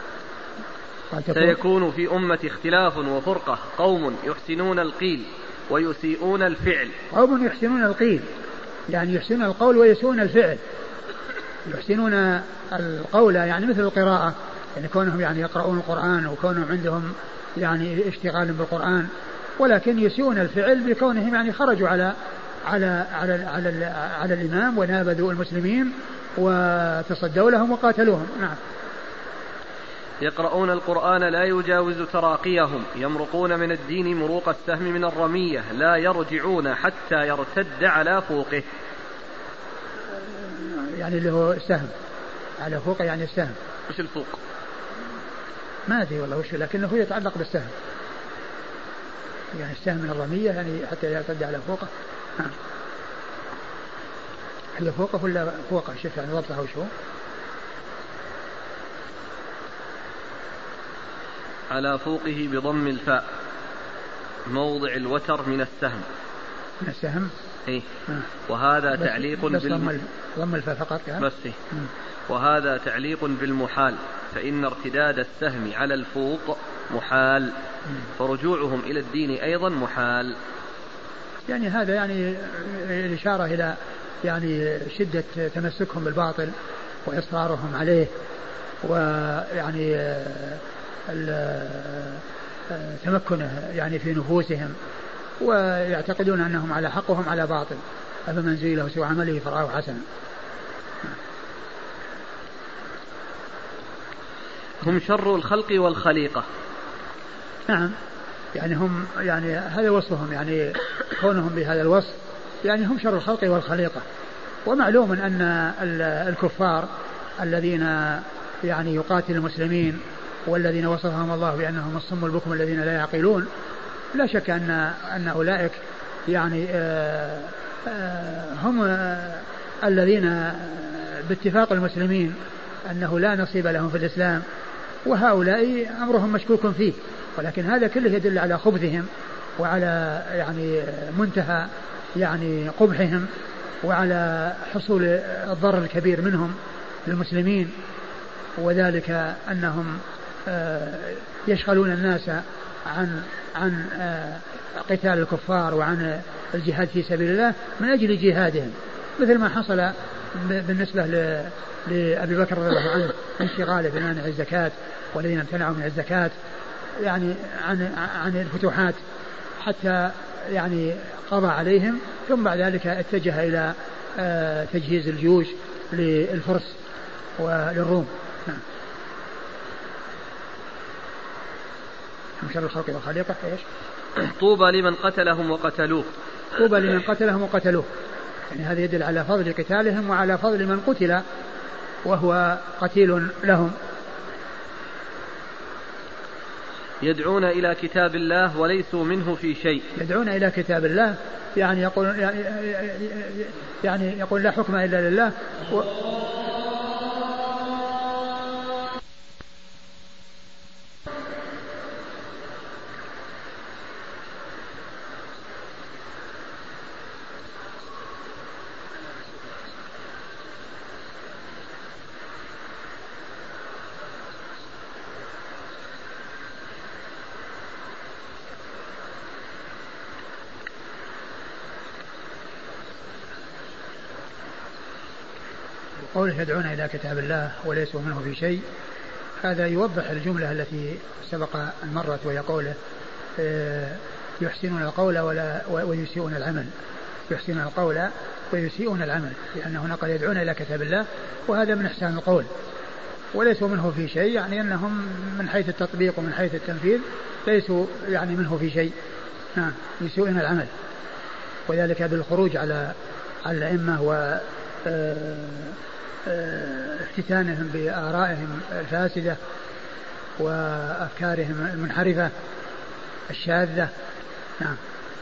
سيكون في أمة اختلاف وفرقة، قوم يحسنون القيل ويسيئون الفعل. قوم يحسنون القيل يعني يحسنون القول ويسيئون الفعل. يحسنون القول يعني مثل القراءة، يعني كونهم يعني يقرؤون القرآن وكونهم عندهم يعني اشتغال بالقرآن، ولكن يسيئون الفعل بكونهم يعني خرجوا على الإمام ونابذوا المسلمين وتصدوا لهم وقاتلوهم. نعم. يقرؤون القرآن لا يجاوز تراقيهم، يمرقون من الدين مروق السهم من الرمية، لا يرجعون حتى يرتد على فوقه. يعني اللي هو السهم على فوقه، يعني السهم. وش الفوق؟ ما أدري والله وش، لكنه يتعلق بالسهم، يعني السهم من الرمية يعني حتى يرتد على فوقه. هل فوقه ولا فوقه؟ شوف يعني ضبطها وشو. على فوقه بضم الفاء، موضع الوتر من السهم. من السهم؟ إيه. وهذا تعليق ضم الفاء فقط يعني. بس إيه. وهذا تعليق بالمحال، فإن ارتداد السهم على الفوق محال، فرجوعهم إلى الدين أيضا محال. يعني هذا يعني الإشارة إلى يعني شدة تمسكهم بالباطل وإصرارهم عليه، ويعني تمكنه يعني في نفوسهم، ويعتقدون أنهم على حق وهم على باطل، أفمن زين له سوء عمله فرآه حسنا. هم شر الخلق والخليقة. نعم، يعني هم يعني هذا وصفهم، يعني كونهم بهذا الوصف يعني هم شر الخلق والخليقة. ومعلوم أن الكفار الذين يعني يقاتل المسلمين والذين وصفهم الله بأنهم الصم البكم الذين لا يعقلون، لا شك أن أولئك يعني هم الذين باتفاق المسلمين أنه لا نصيب لهم في الإسلام، وهؤلاء أمرهم مشكوك فيه، ولكن هذا كله يدل على خبثهم وعلى يعني منتهى يعني قبحهم وعلى حصول الضرر الكبير منهم للمسلمين، وذلك أنهم يشغلون الناس عن قتال الكفار وعن الجهاد في سبيل الله من أجل جهادهم، مثل ما حصل بالنسبة لأبي بكر رضي الله عنه انشغاله بمانع الزكاة والذين امتنعوا من الزكاة يعني عن الفتوحات حتى يعني قضى عليهم، ثم بعد ذلك اتجه إلى تجهيز الجيوش للفرس وللروم. شر الخلق والخليقة. ايش؟ طوبى لمن قتلهم وقتلوه. طوبى لمن قتلهم وقتلوه، يعني هذا يدل على فضل قتالهم وعلى فضل من قتل وهو قتيل لهم. يدعون إلى كتاب الله وليسوا منه في شيء. يدعون إلى كتاب الله يعني يقول لا حكم إلا لله قوله يدعون إلى كتاب الله وليسوا منه في شيء، هذا يوضح الجملة التي سبق أن مرت، وهي قوله يحسنون القول ويسيئون العمل، يحسنون القول ويسيئون العمل، لأن هنا قال يدعون إلى كتاب الله، وهذا من إحسان القول. وليسوا منه في شيء يعني أنهم من حيث التطبيق ومن حيث التنفيذ ليسوا يعني منه في شيء، يسيئون العمل، وذلك بالخروج على الأئمة وافتتانهم بآرائهم الفاسدة وأفكارهم المنحرفة الشاذة. نعم.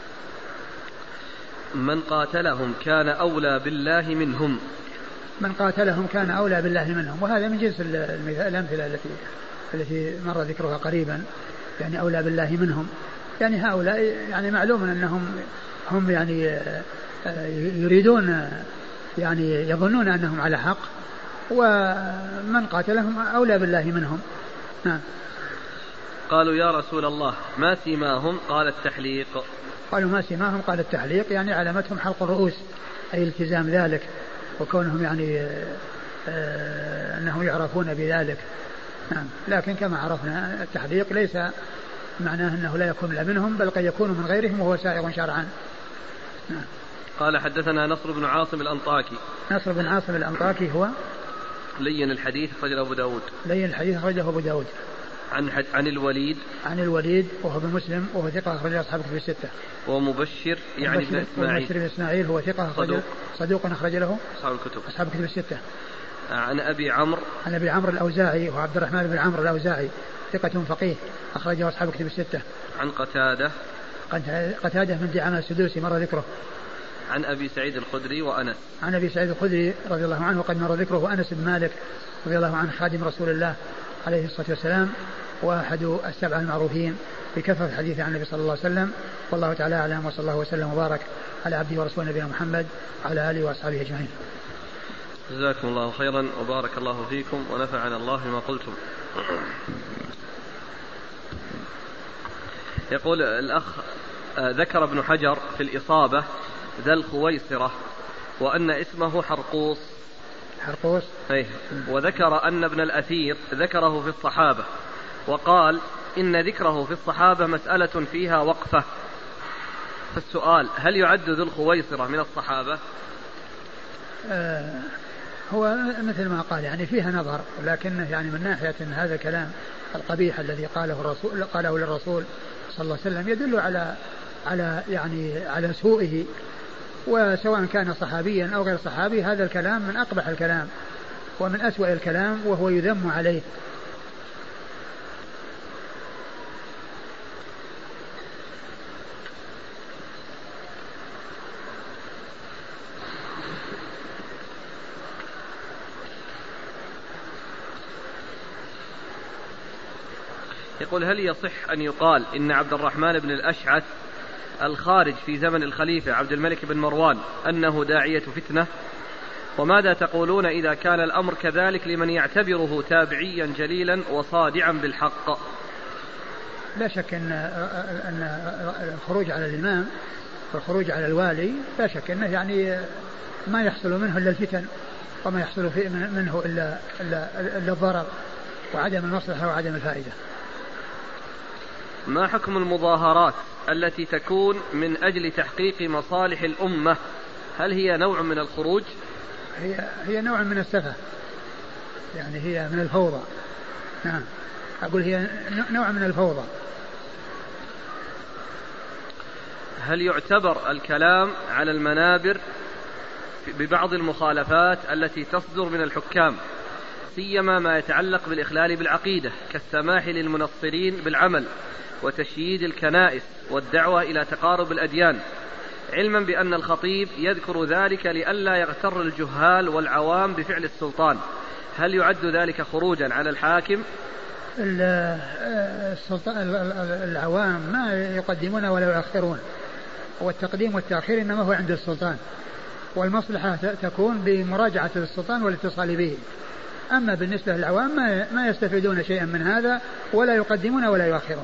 من قاتلهم كان أولى بالله منهم. من قاتلهم كان أولى بالله منهم، وهذا من جنس الأمثلة التي مر ذكرها قريبا، يعني أولى بالله منهم، يعني هؤلاء يعني معلوم أنهم هم يعني يريدون يعني يظنون أنهم على حق، ومن قاتلهم أولى بالله منهم. نعم. قالوا يا رسول الله ما سيماهم؟ قال التحليق. قالوا ما سيماهم؟ قال التحليق، يعني علامتهم حلق الرؤوس، أي التزام ذلك، وكونهم يعني أنهم يعرفون بذلك. نعم. لكن كما عرفنا التحليق ليس معناه أنه لا يكون لا منهم، بل قد يكون من غيرهم وهو سائغ شرعا. نعم. قال حدثنا نصر بن عاصم الأنطاكي. نصر بن عاصم الأنطاكي هو لين الحديث أخرجه أبو داود. لين الحديث أخرجه أبو داود. عن الوليد. عن الوليد وهو بن مسلم وهو ثقة أخرجه أصحاب الكتب الستة. ومبشر يعني بن إسماعيل. ومبشر بن إسماعيل هو ثقة صدوق أخرج له أصحاب الكتب الستة. عن أبي عمرو. عن أبي عمرو الأوزاعي وعبد الرحمن بن عمرو الأوزاعي ثقة فقيه أخرجه أصحاب الكتب الستة. عن قتادة. قتادة من دعامة السدوسي مر ذكره. عن أبي سعيد الخدري وأنس. عن أبي سعيد الخدري رضي الله عنه وقد مر ذكره، وأنس بن مالك رضي الله عنه خادم رسول الله عليه الصلاة والسلام، وأحد السبعة المعروفين بكثرة الحديث عن النبي صلى الله عليه وسلم. والله تعالى أعلم، وصلى الله وسلم وبارك على عبده ورسوله نبينا محمد وعلى آله وأصحابه أجمعين. جزاكم الله خيرا وبارك الله فيكم ونفعنا الله بما قلتم. يقول الأخ ذكر ابن حجر في الإصابة ذا الخويصرة وأن اسمه حرقوس. حرقوس. أيه. وذكر أن ابن الأثير ذكره في الصحابة، وقال إن ذكره في الصحابة مسألة فيها وقفة. فالسؤال هل يعد ذو الخويصرة من الصحابة؟ هو مثل ما قال يعني فيها نظر، لكنه يعني من ناحية إن هذا الكلام القبيح الذي قاله للرسول صلى الله عليه وسلم يدل على سوءه، وسواء كان صحابيا أو غير صحابي هذا الكلام من أقبح الكلام ومن أسوأ الكلام، وهو يذم عليه. يقول هل يصح أن يقال إن عبد الرحمن بن الأشعث الخارج في زمن الخليفة عبد الملك بن مروان أنه داعية فتنة؟ وماذا تقولون إذا كان الأمر كذلك لمن يعتبره تابعيا جليلا وصادعا بالحق؟ لا شك أن الخروج على الإمام والخروج على الوالي لا شك أنه يعني ما يحصل منه إلا الفتن، وما يحصل منه إلا الضرر وعدم المصلحة وعدم الفائدة. ما حكم المظاهرات التي تكون من أجل تحقيق مصالح الأمة؟ هل هي نوع من الخروج؟ هي نوع من السفة، يعني هي من الفوضى. نعم، أقول هي نوع من الفوضى. هل يعتبر الكلام على المنابر ببعض المخالفات التي تصدر من الحكام، سيما ما يتعلق بالإخلال بالعقيدة كالسماح للمنصرين بالعمل وتشييد الكنائس والدعوة إلى تقارب الأديان، علما بأن الخطيب يذكر ذلك لئلا يغتر الجهال والعوام بفعل السلطان؟ هل يعد ذلك خروجا على الحاكم؟ العوام ما يقدمون ولا يؤخرون، والتقديم والتأخير إنما هو عند السلطان، والمصلحة تكون بمراجعة السلطان والاتصال به. أما بالنسبة للعوام ما يستفيدون شيئا من هذا، ولا يقدمون ولا يؤخرون.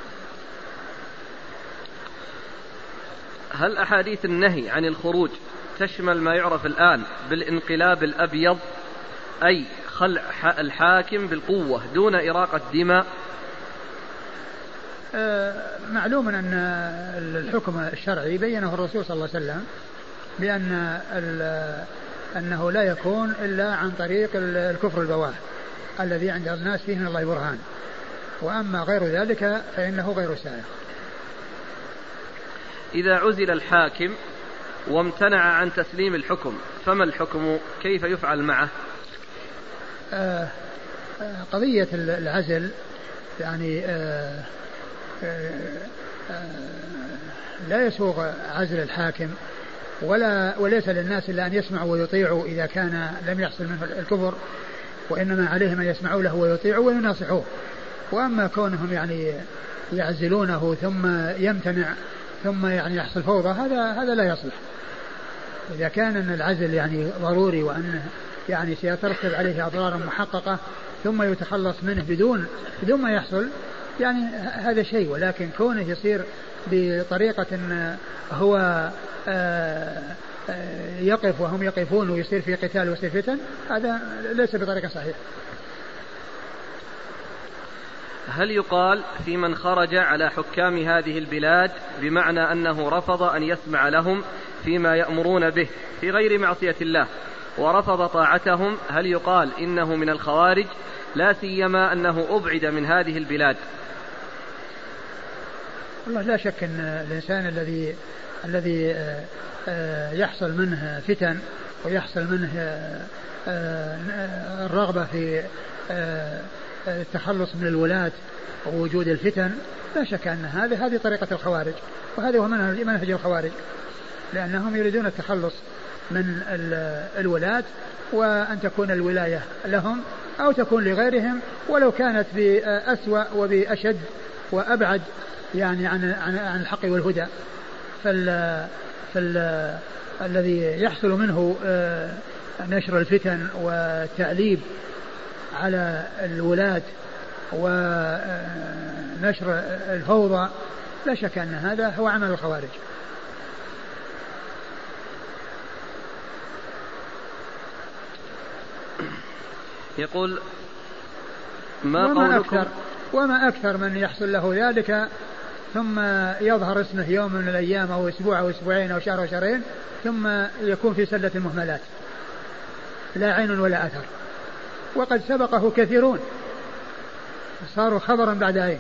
هل أحاديث النهي عن الخروج تشمل ما يعرف الآن بالانقلاب الأبيض، أي خلع الحاكم بالقوة دون إراقة دماء؟ معلوم أن الحكم الشرعي بينه الرسول صلى الله عليه وسلم بأن أنه لا يكون إلا عن طريق الكفر البواح الذي عند الناس فيه من الله برهان، وأما غير ذلك فإنه غير سائغ. إذا عزل الحاكم وامتنع عن تسليم الحكم فما الحكم؟ كيف يفعل معه؟ قضية العزل يعني لا يسوغ عزل الحاكم وليس للناس إلا أن يسمعوا ويطيعوا إذا كان لم يحصل منه الكفر، وإنما عليهم أن يسمعوا له ويطيعوا ويناصحوه. وأما كونهم يعني يعزلونه ثم يمتنع ثم يعني يحصل فوضى، هذا لا يصلح. إذا كان أن العزل يعني ضروري وأنه يعني سيترتب عليه أضرار محققة ثم يتخلص منه بدون ما يحصل، يعني هذا شيء. ولكن كونه يصير بطريقة هو يقف وهم يقفون ويصير في قتال ويصير فتن، هذا ليس بطريقة صحيحة. هل يقال في من خرج على حكام هذه البلاد بمعنى أنه رفض أن يسمع لهم فيما يأمرون به في غير معصية الله ورفض طاعتهم، هل يقال إنه من الخوارج لا سيما أنه أبعد من هذه البلاد؟ والله لا شك أن الإنسان الذي يحصل منه فتن ويحصل منه الرغبة في التخلص من الولاة ووجود الفتن، لا شك أن هذه طريقة الخوارج، وهذا هو منهج الخوارج، لأنهم يريدون التخلص من الولاة وأن تكون الولاية لهم أو تكون لغيرهم، ولو كانت بأسوأ وبأشد وأبعد يعني عن الحق والهدى. فالذي يحصل منه نشر الفتن والتأليب على الولاة ونشر الفوضى لا شك أن هذا هو عمل الخوارج. يقول وما أكثر من يحصل له ذلك ثم يظهر اسمه يوم من الأيام أو أسبوع أو أسبوعين أو شهر أو شهرين ثم يكون في سلة المهملات لا عين ولا أثر، وقد سبقه كثيرون صاروا خبرا بعد عين.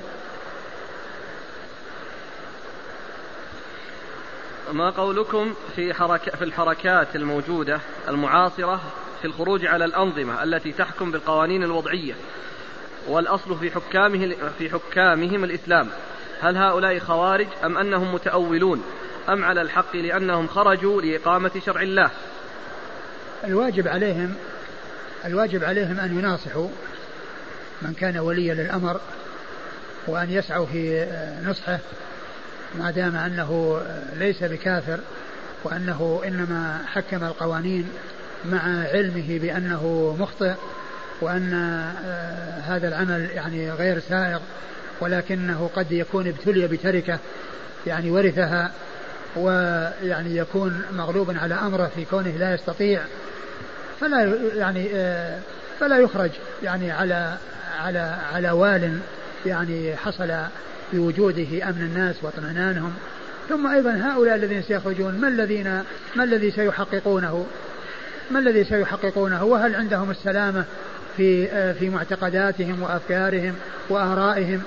ما قولكم في الحركات الموجودة المعاصرة في الخروج على الأنظمة التي تحكم بالقوانين الوضعية والأصل في حكامهم الإسلام؟ هل هؤلاء خوارج أم أنهم متأولون أم على الحق لأنهم خرجوا لإقامة شرع الله؟ الواجب عليهم أن يناصحوا من كان وليا للأمر وأن يسعوا في نصحه ما دام أنه ليس بكافر وأنه إنما حكم القوانين مع علمه بأنه مخطئ وأن هذا العمل يعني غير سائغ، ولكنه قد يكون ابتلي بتركة يعني ورثها ويعني يكون مغلوبا على أمره في كونه لا يستطيع، فلا يخرج يعني على وال يعني حصل بوجوده أمن الناس واطمئنانهم. ثم أيضا هؤلاء الذين سيخرجون ما الذي سيحققونه وهل عندهم السلامة في معتقداتهم وأفكارهم وآرائهم؟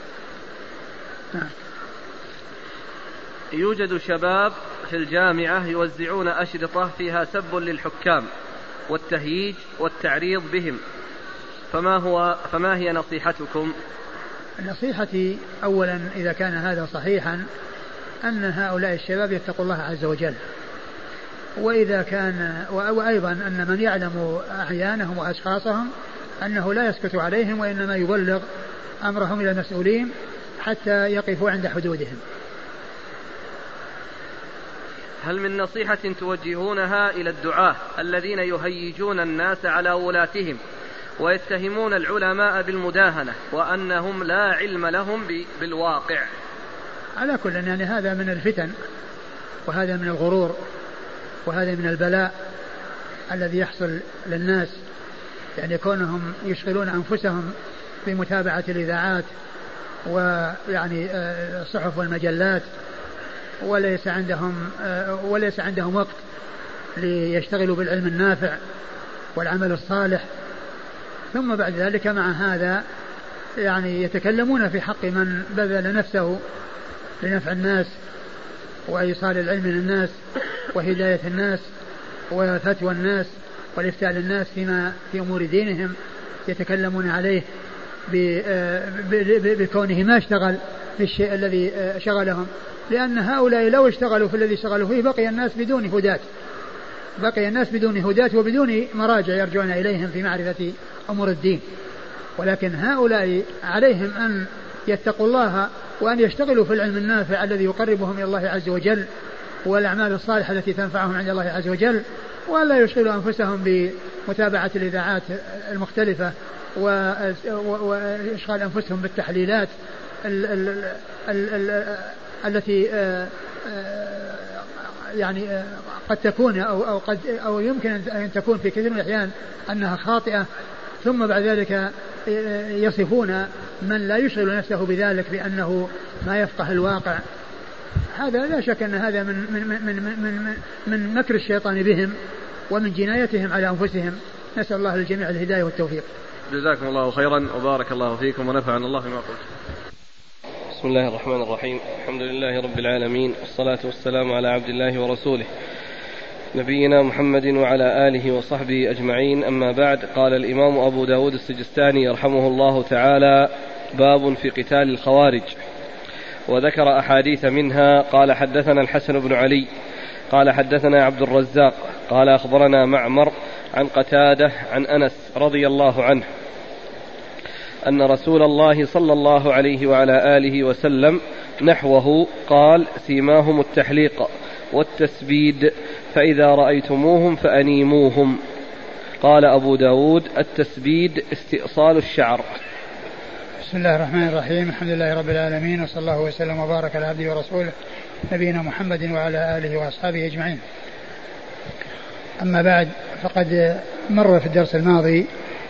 يوجد شباب في الجامعة يوزعون أشرطة فيها سب للحكام والتهييج والتعريض بهم، فما هي نصيحتكم؟ نصيحتي أولا إذا كان هذا صحيحا أن هؤلاء الشباب يتقوا الله عز وجل، وإذا كان وأيضا أن من يعلم أعيانهم وأشخاصهم أنه لا يسكت عليهم وإنما يبلغ أمرهم إلى المسؤولين حتى يقفوا عند حدودهم. هل من نصيحة توجهونها إلى الدعاة الذين يهيجون الناس على ولاتهم ويتهمون العلماء بالمداهنة وأنهم لا علم لهم بالواقع؟ على كل يعني هذا من الفتن وهذا من الغرور، وهذا من البلاء الذي يحصل للناس، يعني كونهم يشغلون أنفسهم بمتابعة الإذاعات ويعني الصحف والمجلات، وليس عندهم وقت ليشتغلوا بالعلم النافع والعمل الصالح. ثم بعد ذلك مع هذا يعني يتكلمون في حق من بذل نفسه لنفع الناس وإيصال العلم للناس وهداية الناس وفتوى الناس والإفتاء للناس في أمور دينهم، يتكلمون عليه بكونه ما اشتغل في الشيء الذي شغلهم، لأن هؤلاء لو اشتغلوا في الذي اشتغلوا فيه بقي الناس بدون هداة وبدون مراجع يرجعون إليهم في معرفة أمور الدين. ولكن هؤلاء عليهم أن يتقوا الله وأن يشتغلوا في العلم النافع الذي يقربهم إلى الله عز وجل والأعمال الصالحة التي تنفعهم عند الله عز وجل، ولا يشغلوا أنفسهم بمتابعة الإذاعات المختلفة وإشغال أنفسهم بالتحليلات التي يعني قد تكون أو يمكن أن تكون في كثير من الأحيان أنها خاطئة، ثم بعد ذلك يصفون من لا يشغل نفسه بذلك بأنه ما يفقه الواقع. هذا لا شك أن هذا من مكر الشيطان بهم ومن جنايتهم على أنفسهم. نسأل الله للجميع الهداية والتوفيق. جزاكم الله خيرا وبارك الله فيكم ونفعنا الله بما قلت. بسم الله الرحمن الرحيم. الحمد لله رب العالمين، والصلاة والسلام على عبد الله ورسوله نبينا محمد وعلى آله وصحبه أجمعين. أما بعد، قال الإمام أبو داود السجستاني رحمه الله تعالى: باب في قتال الخوارج. وذكر أحاديث منها. قال: حدثنا الحسن بن علي قال حدثنا عبد الرزاق قال أخبرنا معمر عن قتادة عن أنس رضي الله عنه أن رسول الله صلى الله عليه وعلى آله وسلم نحوه قال: سيماهم التحليق والتسبيد، فإذا رأيتموهم فأنيموهم. قال أبو داود: التسبيد استئصال الشعر. بسم الله الرحمن الرحيم. الحمد لله رب العالمين، وصلى الله وسلم وبارك على عبده ورسوله نبينا محمد وعلى آله وأصحابه أجمعين. أما بعد، فقد مر في الدرس الماضي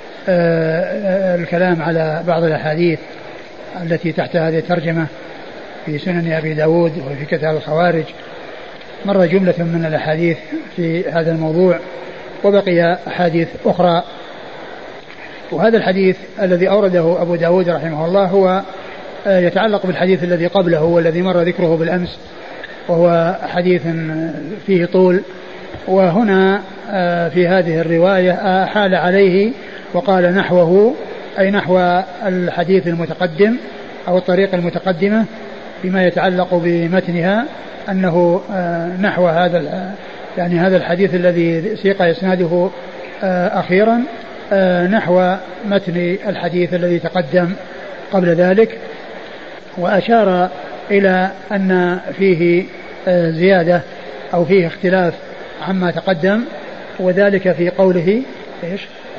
الكلام على بعض الأحاديث التي تحت هذه الترجمة في سنن أبي داود وفي كتاب الخوارج. مر جملة من الأحاديث في هذا الموضوع، وبقي أحاديث أخرى. وهذا الحديث الذي أورده أبو داود رحمه الله هو يتعلق بالحديث الذي قبله والذي مر ذكره بالأمس، وهو حديث فيه طول. وهنا في هذه الرواية حال عليه وقال نحوه، أي نحو الحديث المتقدم أو الطريق المتقدمة فيما يتعلق بمتنها، أنه نحو هذا الحديث الذي سيق إسناده أخيرا نحو متن الحديث الذي تقدم قبل ذلك. وأشار إلى أن فيه زيادة أو فيه اختلاف عما تقدم، وذلك في قوله إيش؟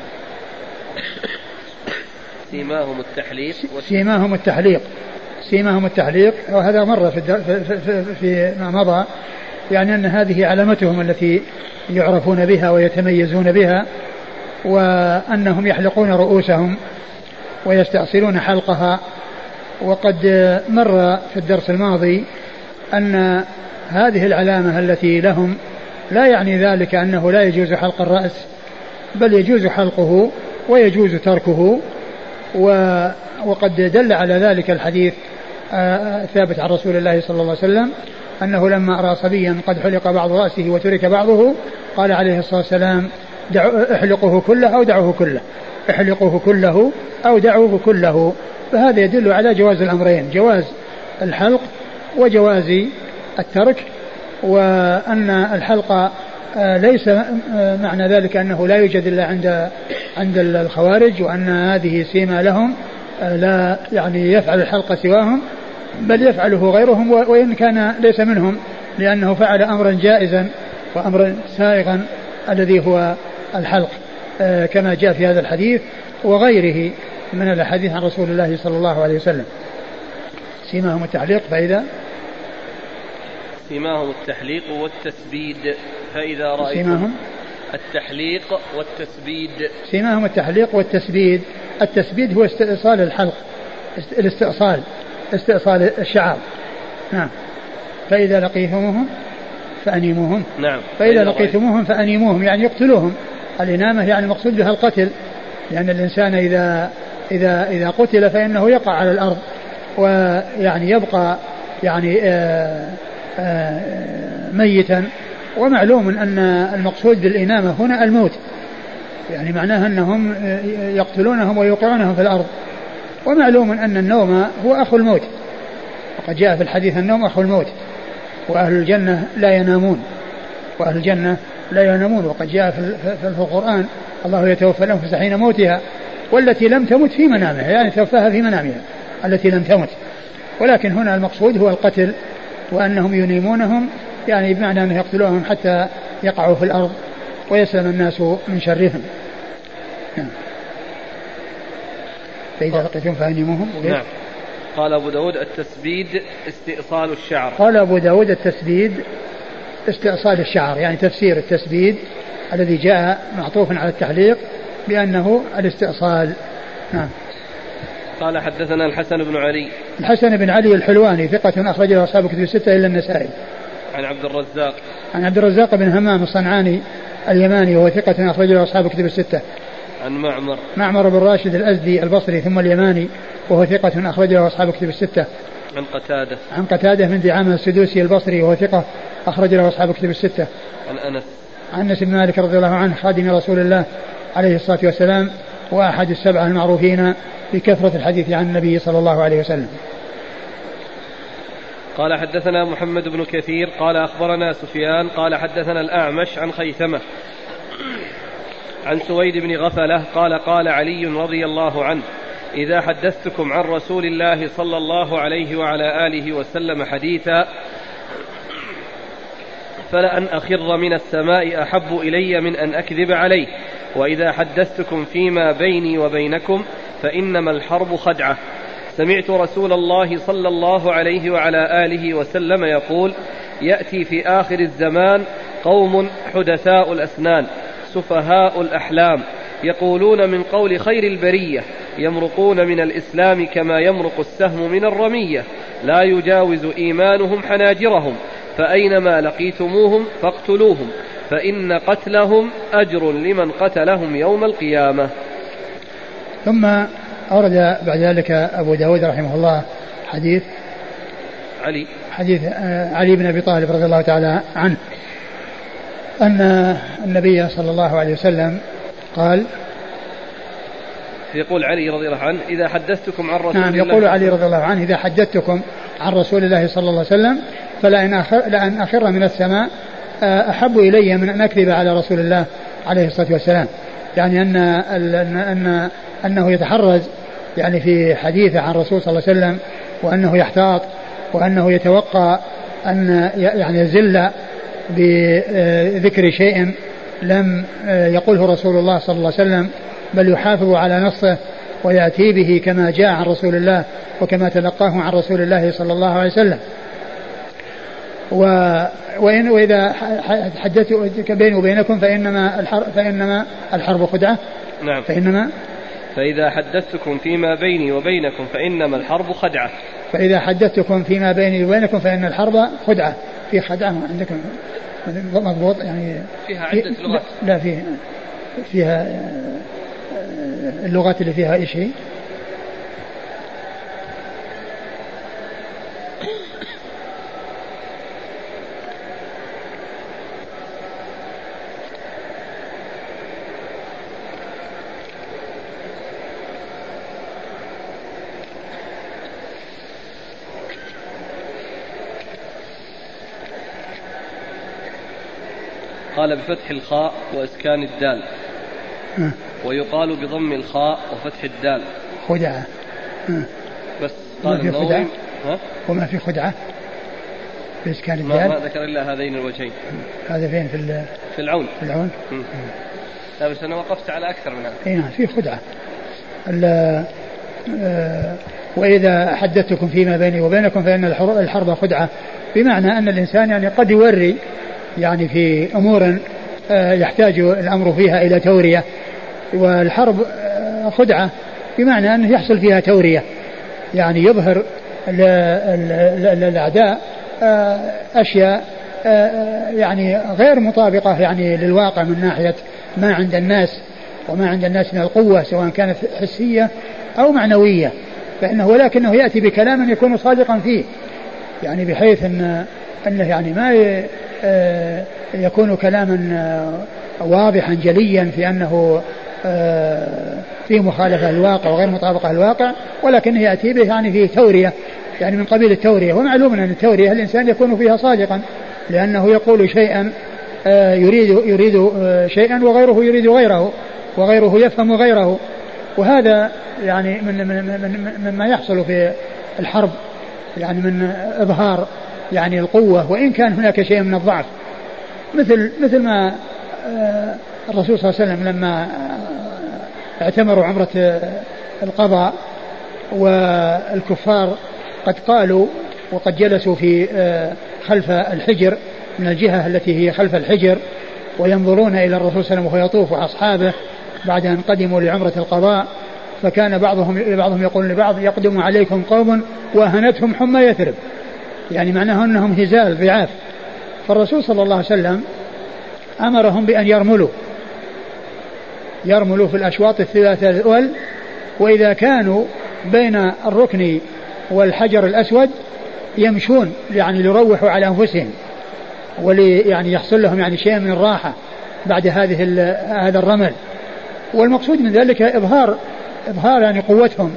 سيماهم التحليق. وهذا مر في ما مضى، يعني أن هذه علامتهم التي يعرفون بها ويتميزون بها، وأنهم يحلقون رؤوسهم ويستأصلون حلقها. وقد مر في الدرس الماضي أن هذه العلامة التي لهم لا يعني ذلك أنه لا يجوز حلق الرأس، بل يجوز حلقه ويجوز تركه. وقد دل على ذلك الحديث ثابت عن رسول الله صلى الله عليه وسلم أنه لما أرى صبيا قد حلق بعض رأسه وترك بعضه قال عليه الصلاة والسلام: احلقه كله أو دعوه كله، احلقه كله أو دعوه كله. فهذا يدل على جواز الأمرين، جواز الحلق وجواز الترك، وأن الحلق ليس معنى ذلك أنه لا يوجد إلا عند الخوارج، وأن هذه سيما لهم، لا يعني يفعل الحلق سواهم، بل يفعله غيرهم وإن كان ليس منهم، لأنه فعل أمرا جائزا وأمرا سائغا الذي هو الحلق، كما جاء في هذا الحديث وغيره من الحديث عن رسول الله صلى الله عليه وسلم. سيماهم التحليق، فإذا سماهم التحليق والتسبيد فإذا رأيتم سماهم التحليق والتسبيد. سماهم التحليق والتسبيد. التسبيد هو استئصال الحلق، استئصال الشعر. نعم. فإذا لقيتموهم فأنيموهم. نعم. فإذا لقيتموهم فأنيموهم يعني يقتلوهم. الإنامة يعني المقصود بها القتل، لأن الإنسان إذا قتل فإنه يقع على الأرض ويعني يبقى يعني ميتا. ومعلوم أن المقصود بالإنامة هنا الموت، يعني معناها أنهم يقتلونهم ويوقعونهم في الأرض. ومعلوم أن النوم هو أخو الموت، وقد جاء في الحديث النوم أخو الموت، وأهل الجنة لا ينامون، وأهل الجنة لا ينامون. وقد جاء في القرآن الله يتوفى الأنفس حين موتها والتي لم تمت في منامها، يعني توفاها في منامها التي لم تمت. ولكن هنا المقصود هو القتل، وأنهم ينيمونهم يعني بمعنى أنه يقتلوهم حتى يقعوا في الأرض ويسلم الناس من شرهم. نعم. فإذا لقيتم فأنيموهم. نعم. قال أبو داود التسبيد استئصال الشعر. قال أبو داود التسبيد استئصال الشعر، يعني تفسير التسبيد الذي جاء معطوفا على التحليق بأنه الاستئصال. نعم. قال حدثنا الحسن بن علي. الحسن بن علي الحلواني ثقة أخرج له أصحاب كتب الستة إلا النسائي. عن عبد الرزاق. عن عبد الرزاق بن همام الصنعاني اليماني وهو ثقة أخرج له أصحاب كتب الستة. عن معمر بن راشد الأزدي البصري ثم اليماني وهو ثقة أخرج له أصحاب كتب الستة. عن قتادة من دعامة السدوسي البصري وهو ثقة أخرج له أصحاب كتب الستة. عن أنس بن مالك رضي الله عنه خادم رسول الله عليه الصلاة والسلام وأحد السبعة المعروفين بكثرة الحديث عن النبي صلى الله عليه وسلم. قال حدثنا محمد بن كثير قال أخبرنا سفيان قال حدثنا الأعمش عن خيثمة عن سويد بن غفلة قال قال علي رضي الله عنه إذا حدثتكم عن رسول الله صلى الله عليه وعلى آله وسلم حديثا فلأن أخر من السماء أحب إلي من أن أكذب عليه، وإذا حدثتكم فيما بيني وبينكم فإنما الحرب خدعة. سمعت رسول الله صلى الله عليه وعلى آله وسلم يقول يأتي في آخر الزمان قوم حدثاء الأسنان سفهاء الأحلام يقولون من قول خير البرية يمرقون من الإسلام كما يمرق السهم من الرمية لا يجاوز إيمانهم حناجرهم فأينما لقيتموهم فاقتلوهم فإن قتلهم أجر لمن قتلهم يوم القيامة. ثم أورد بعد ذلك أبو داود رحمه الله حديث علي بن أبي طالب رضي الله تعالى عنه أن النبي صلى الله عليه وسلم قال يقول علي رضي الله عنه إذا حدثتكم عن رسول الله يقول علي رضي الله عنه إذا حدثتكم عن رسول الله صلى الله عليه وسلم فلأن أخر من السماء أحب إلي من أن أكذب على رسول الله عليه الصلاة والسلام. يعني أنه يتحرز يعني في حديثه عن الرسول صلى الله عليه وسلم، وأنه يحتاط، وأنه يتوقع أن يعني يزل بذكر شيء لم يقوله رسول الله صلى الله عليه وسلم، بل يحافظ على نصه ويأتي به كما جاء عن رسول الله وكما تلقاه عن رسول الله صلى الله عليه وسلم. وإذا حدثت بيني وبينكم فإنما الحرب خدعة. نعم. فإذا حدثتكم فيما بيني وبينكم فإنما الحرب خدعة. فإذا حدثتكم فيما بيني وبينكم فإن الحرب خدعة. في خدعة عندكم مضبوط يعني فيها عدة لغات. لا فيها اللغات اللي فيها إيش هي؟ قال بفتح الخاء وإسكان الدال ويقال بضم الخاء وفتح الدال خدعة. بس قال النووي وما في خدعة بإسكان الدال ما ذكر إلا هذين الوجهين. هذا فين في العون. لا بس أنا وقفت على أكثر من هذا. نعم في خدعة. وإذا حدثتكم فيما بيني وبينكم فإن الحرب خدعة بمعنى أن الإنسان يعني قد يوري يعني في أمور يحتاج الأمر فيها إلى تورية. والحرب خدعة بمعنى أنه يحصل فيها تورية، يعني يظهر الأعداء أشياء يعني غير مطابقة يعني للواقع من ناحية ما عند الناس وما عند الناس من القوة سواء كانت حسية أو معنوية، ولكنه يأتي بكلام يكون صادقا فيه، يعني بحيث أنه يعني ما يكون كلاما واضحا جليا في أنه في مخالفة الواقع وغير مطابقة الواقع، ولكنه يأتي به يعني فيه تورية، يعني من قبيل التورية. ومعلوم أن التورية الإنسان يكون فيها صادقا، لأنه يقول شيئا يريد شيئا وغيره يريد غيره وغيره يفهم غيره. وهذا يعني مما يحصل في الحرب، يعني من إظهار يعني القوة وإن كان هناك شيء من الضعف، مثل ما الرسول صلى الله عليه وسلم لما اعتمروا عمرة القضاء والكفار قد قالوا وقد جلسوا في خلف الحجر من الجهة التي هي خلف الحجر وينظرون إلى الرسول صلى الله عليه وسلم وهو يطوف وأصحابه بعد أن قدموا لعمرة القضاء، فكان بعضهم يقول لبعض يقدم عليكم قوم وأهنتهم حمى يثرب، يعني معناه أنهم هزال ضعاف. فالرسول صلى الله عليه وسلم أمرهم بأن يرملوا في الأشواط الثلاثة الأول، وإذا كانوا بين الركن والحجر الأسود يمشون يعني ليروحوا على أنفسهم يعني يحصل لهم يعني شيء من الراحة بعد هذا الرمل. والمقصود من ذلك إظهار يعني قوتهم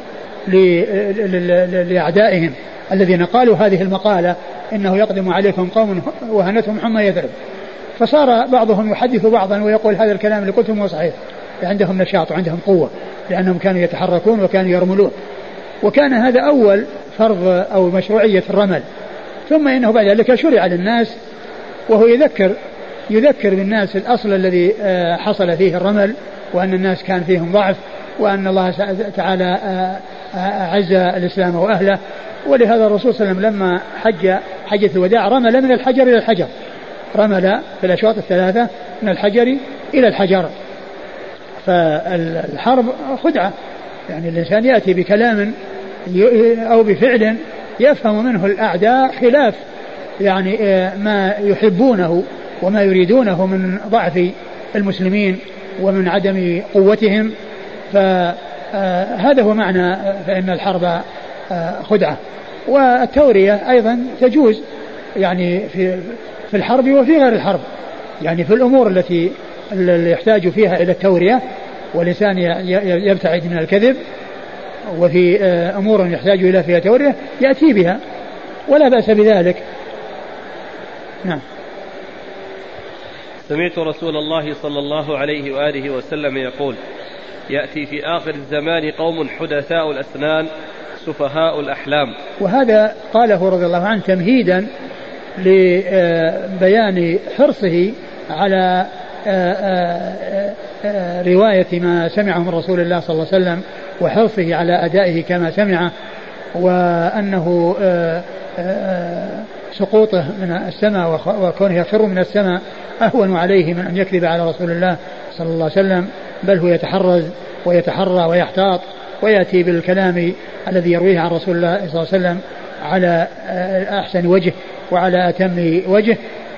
لأعدائهم الذين قالوا هذه المقالة إنه يقدم عليكم قوم وهنتهم حمى يثرب. فصار بعضهم يحدث بعضا ويقول هذا الكلام اللي قلتم هو صحيح، عندهم نشاط وعندهم قوة لأنهم كانوا يتحركون وكانوا يرملون. وكان هذا أول فرض أو مشروعية الرمل. ثم إنه بعد ذلك شرع للناس وهو يذكر بالناس الأصل الذي حصل فيه الرمل، وأن الناس كان فيهم ضعف، وأن الله تعالى أعز الإسلام وأهله. ولهذا الرسول صلى الله عليه وسلم لما حجة الوداع رمل من الحجر إلى الحجر، رمل في الأشواط الثلاثة من الحجر إلى الحجر. فالحرب خدعة، يعني الإنسان يأتي بكلام أو بفعل يفهم منه الأعداء خلاف يعني ما يحبونه وما يريدونه من ضعف المسلمين ومن عدم قوتهم. فهذا هو معنى فإن الحرب خدعة. والتورية أيضا تجوز يعني في الحرب وفي غير الحرب، يعني في الأمور التي يحتاج فيها إلى التورية والإنسان يبتعد من الكذب، وفي أمور يحتاج إلى فيها تورية يأتي بها ولا بأس بذلك. نعم. سمعت رسول الله صلى الله عليه وآله وسلم يقول: يأتي في آخر الزمان قوم حدثاء الأسنان سفهاء الأحلام. وهذا قاله رضي الله عنه تمهيدا لبيان حرصه على رواية ما سمعه من رسول الله صلى الله عليه وسلم وحرصه على أدائه كما سمعه، وأنه سقوطه من السماء وكونه يفر من السماء أهون عليه من أن يكذب على رسول الله صلى الله عليه وسلم، بل هو يتحرز ويتحرى ويحتاط ويأتي بالكلام الذي يرويه عن رسول الله صلى الله عليه وسلم على أحسن وجه وعلى أتم وجه،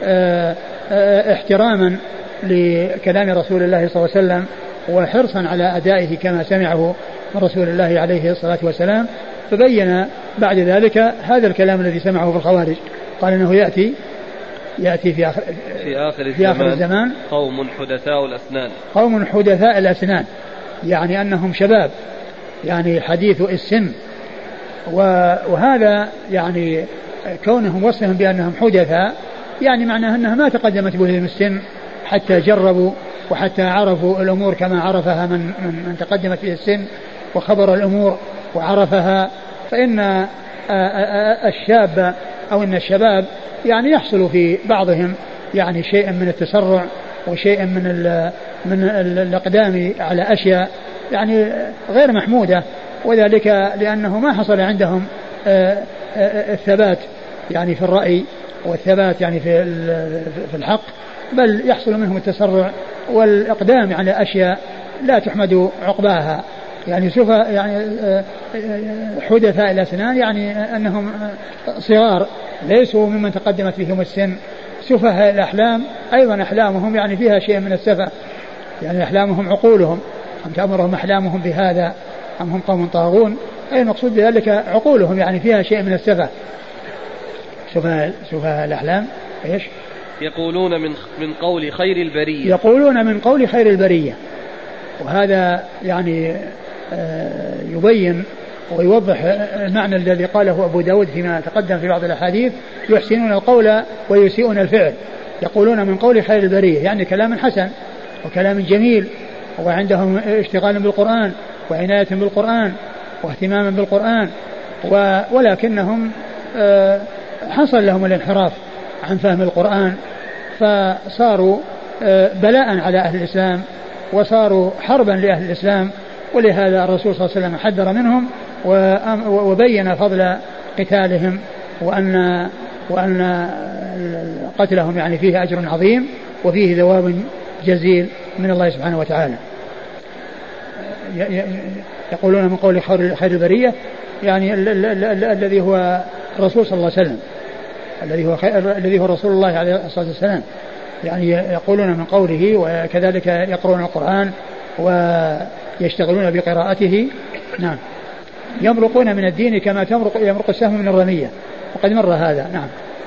احتراما لكلام رسول الله صلى الله عليه وسلم وحرصا على أدائه كما سمعه من رسول الله عليه الصلاة والسلام. فبين بعد ذلك هذا الكلام الذي سمعه في الخوارج، قال إنه يأتي في آخر الزمان قوم حدثاء الأسنان، قوم حدثاء الأسنان، يعني أنهم شباب يعني حديث السن. وهذا يعني كونهم وصفهم بأنهم حدثاء يعني معناه أنها ما تقدمت بهم السن حتى جربوا وحتى عرفوا الأمور كما عرفها من تقدمت به السن وخبر الأمور وعرفها. فإن الشاب أو إن الشباب يعني يحصل في بعضهم يعني شيء من التسرع وشيء من الأقدام على أشياء يعني غير محمودة، وذلك لأنه ما حصل عندهم الثبات يعني في الرأي والثبات يعني في الحق، بل يحصل منهم التسرع والإقدام على أشياء لا تحمد عقباها. يعني حدثاء الأسنان يعني أنهم صغار ليسوا ممن تقدمت بهم السن. سفهاء الأحلام أيضا أحلامهم يعني فيها شيء من السفه، يعني أحلامهم عقولهم، أم تأمرهم أحلامهم بهذا أم هم قوم طاغون، أي مقصود بذلك عقولهم يعني فيها شيء من السفه. سفهاء الأحلام إيش؟ يقولون من قول خير البرية، يقولون من قول خير البرية. وهذا يعني يبين ويوضح المعنى الذي قاله أبو داود فيما تقدم في بعض الأحاديث: يحسنون القول ويسيئون الفعل. يقولون من قول خير البرية يعني كلام حسن وكلام جميل، وعندهم اشتغال بالقرآن وعناية بالقرآن واهتماما بالقرآن، ولكنهم حصل لهم الانحراف عن فهم القرآن، فصاروا بلاء على أهل الإسلام وصاروا حربا لأهل الإسلام. ولهذا الرسول صلى الله عليه وسلم حذر منهم وبين فضل قتالهم، وأن قتلهم يعني فيه أجر عظيم وفيه ثواب جزيل من الله سبحانه وتعالى. يقولون من قول خير البرية يعني الذي هو الرسول صلى الله عليه وسلم، الذي هو رسول الله عليه الصلاة والسلام، يعني يقولون من قوله، وكذلك يقرؤون القرآن ويشتغلون بقراءته. نعم. يمرقون من الدين كما يمرق السهم من الرمية، وقد مر هذا. نعم.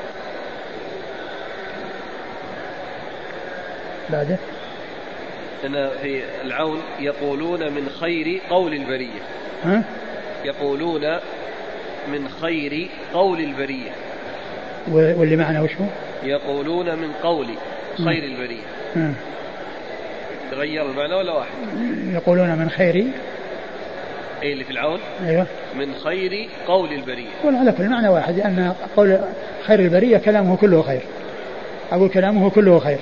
بعده أنا في العون يقولون من خير قول البرية. ها؟ يقولون من خير قول البرية. واللي معنى وش هو؟ يقولون من قول خير البرية. تغير المعنى ولا واحد؟ يقولون من خير أي اللي في العون. أيوة. من خير قول البرية. وعلى كل معنى واحد، لأن قول خير البرية كلامه كله خير، أقول كلامه كله خير.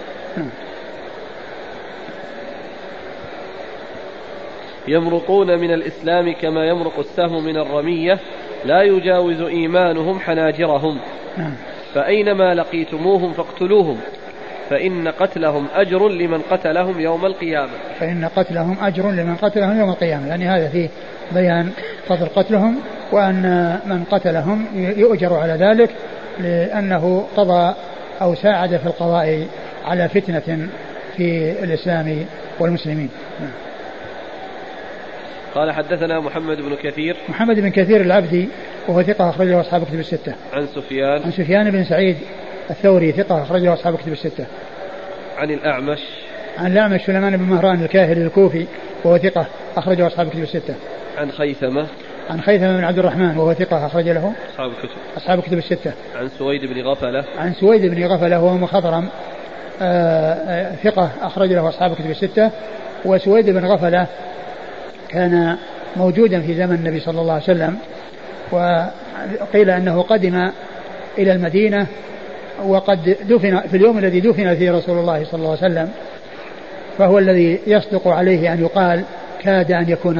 يمرقون من الإسلام كما يمرق السهم من الرمية، لا يجاوز إيمانهم حناجرهم. فأينما لقيتموهم فاقتلوهم، فإن قتلهم أجر لمن قتلهم يوم القيامة. فإن قتلهم أجر لمن قتلهم يوم القيامة، يعني هذا فيه بيان فضل قتلهم، وأن من قتلهم يؤجر على ذلك، لأنه قضى أو ساعد في القضاء على فتنة في الإسلام والمسلمين. قال حدثنا محمد بن كثير العبدي وهو ثقة أخرجه أصحاب كتب الستة. عن سفيان بن سعيد الثوري ثقة أخرجه أصحاب كتب الستة. عن الأعمش سليمان بن مهران الكاهلي الكوفي وهو ثقة أخرجه أصحاب كتب الستة. عن خيثمة بن عبد الرحمن وهو ثقة أخرج له أصحاب كتب الستة. عن سويد بن غفلة وهو مخضرم ثقة أخرج له أصحاب كتب الستة. وسويد بن غفلة كان موجودا في زمن النبي صلى الله عليه وسلم، وقيل أنه قدم إلى المدينة وقد دفن في اليوم الذي دفن فيه رسول الله صلى الله عليه وسلم، فهو الذي يصدق عليه أن يقال كاد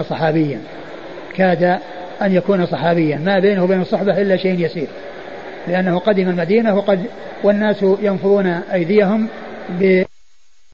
أن يكون صحابيا، ما بينه وبين الصحبة إلا شيء يسير، لأنه قدم المدينة والناس ينفضون أيديهم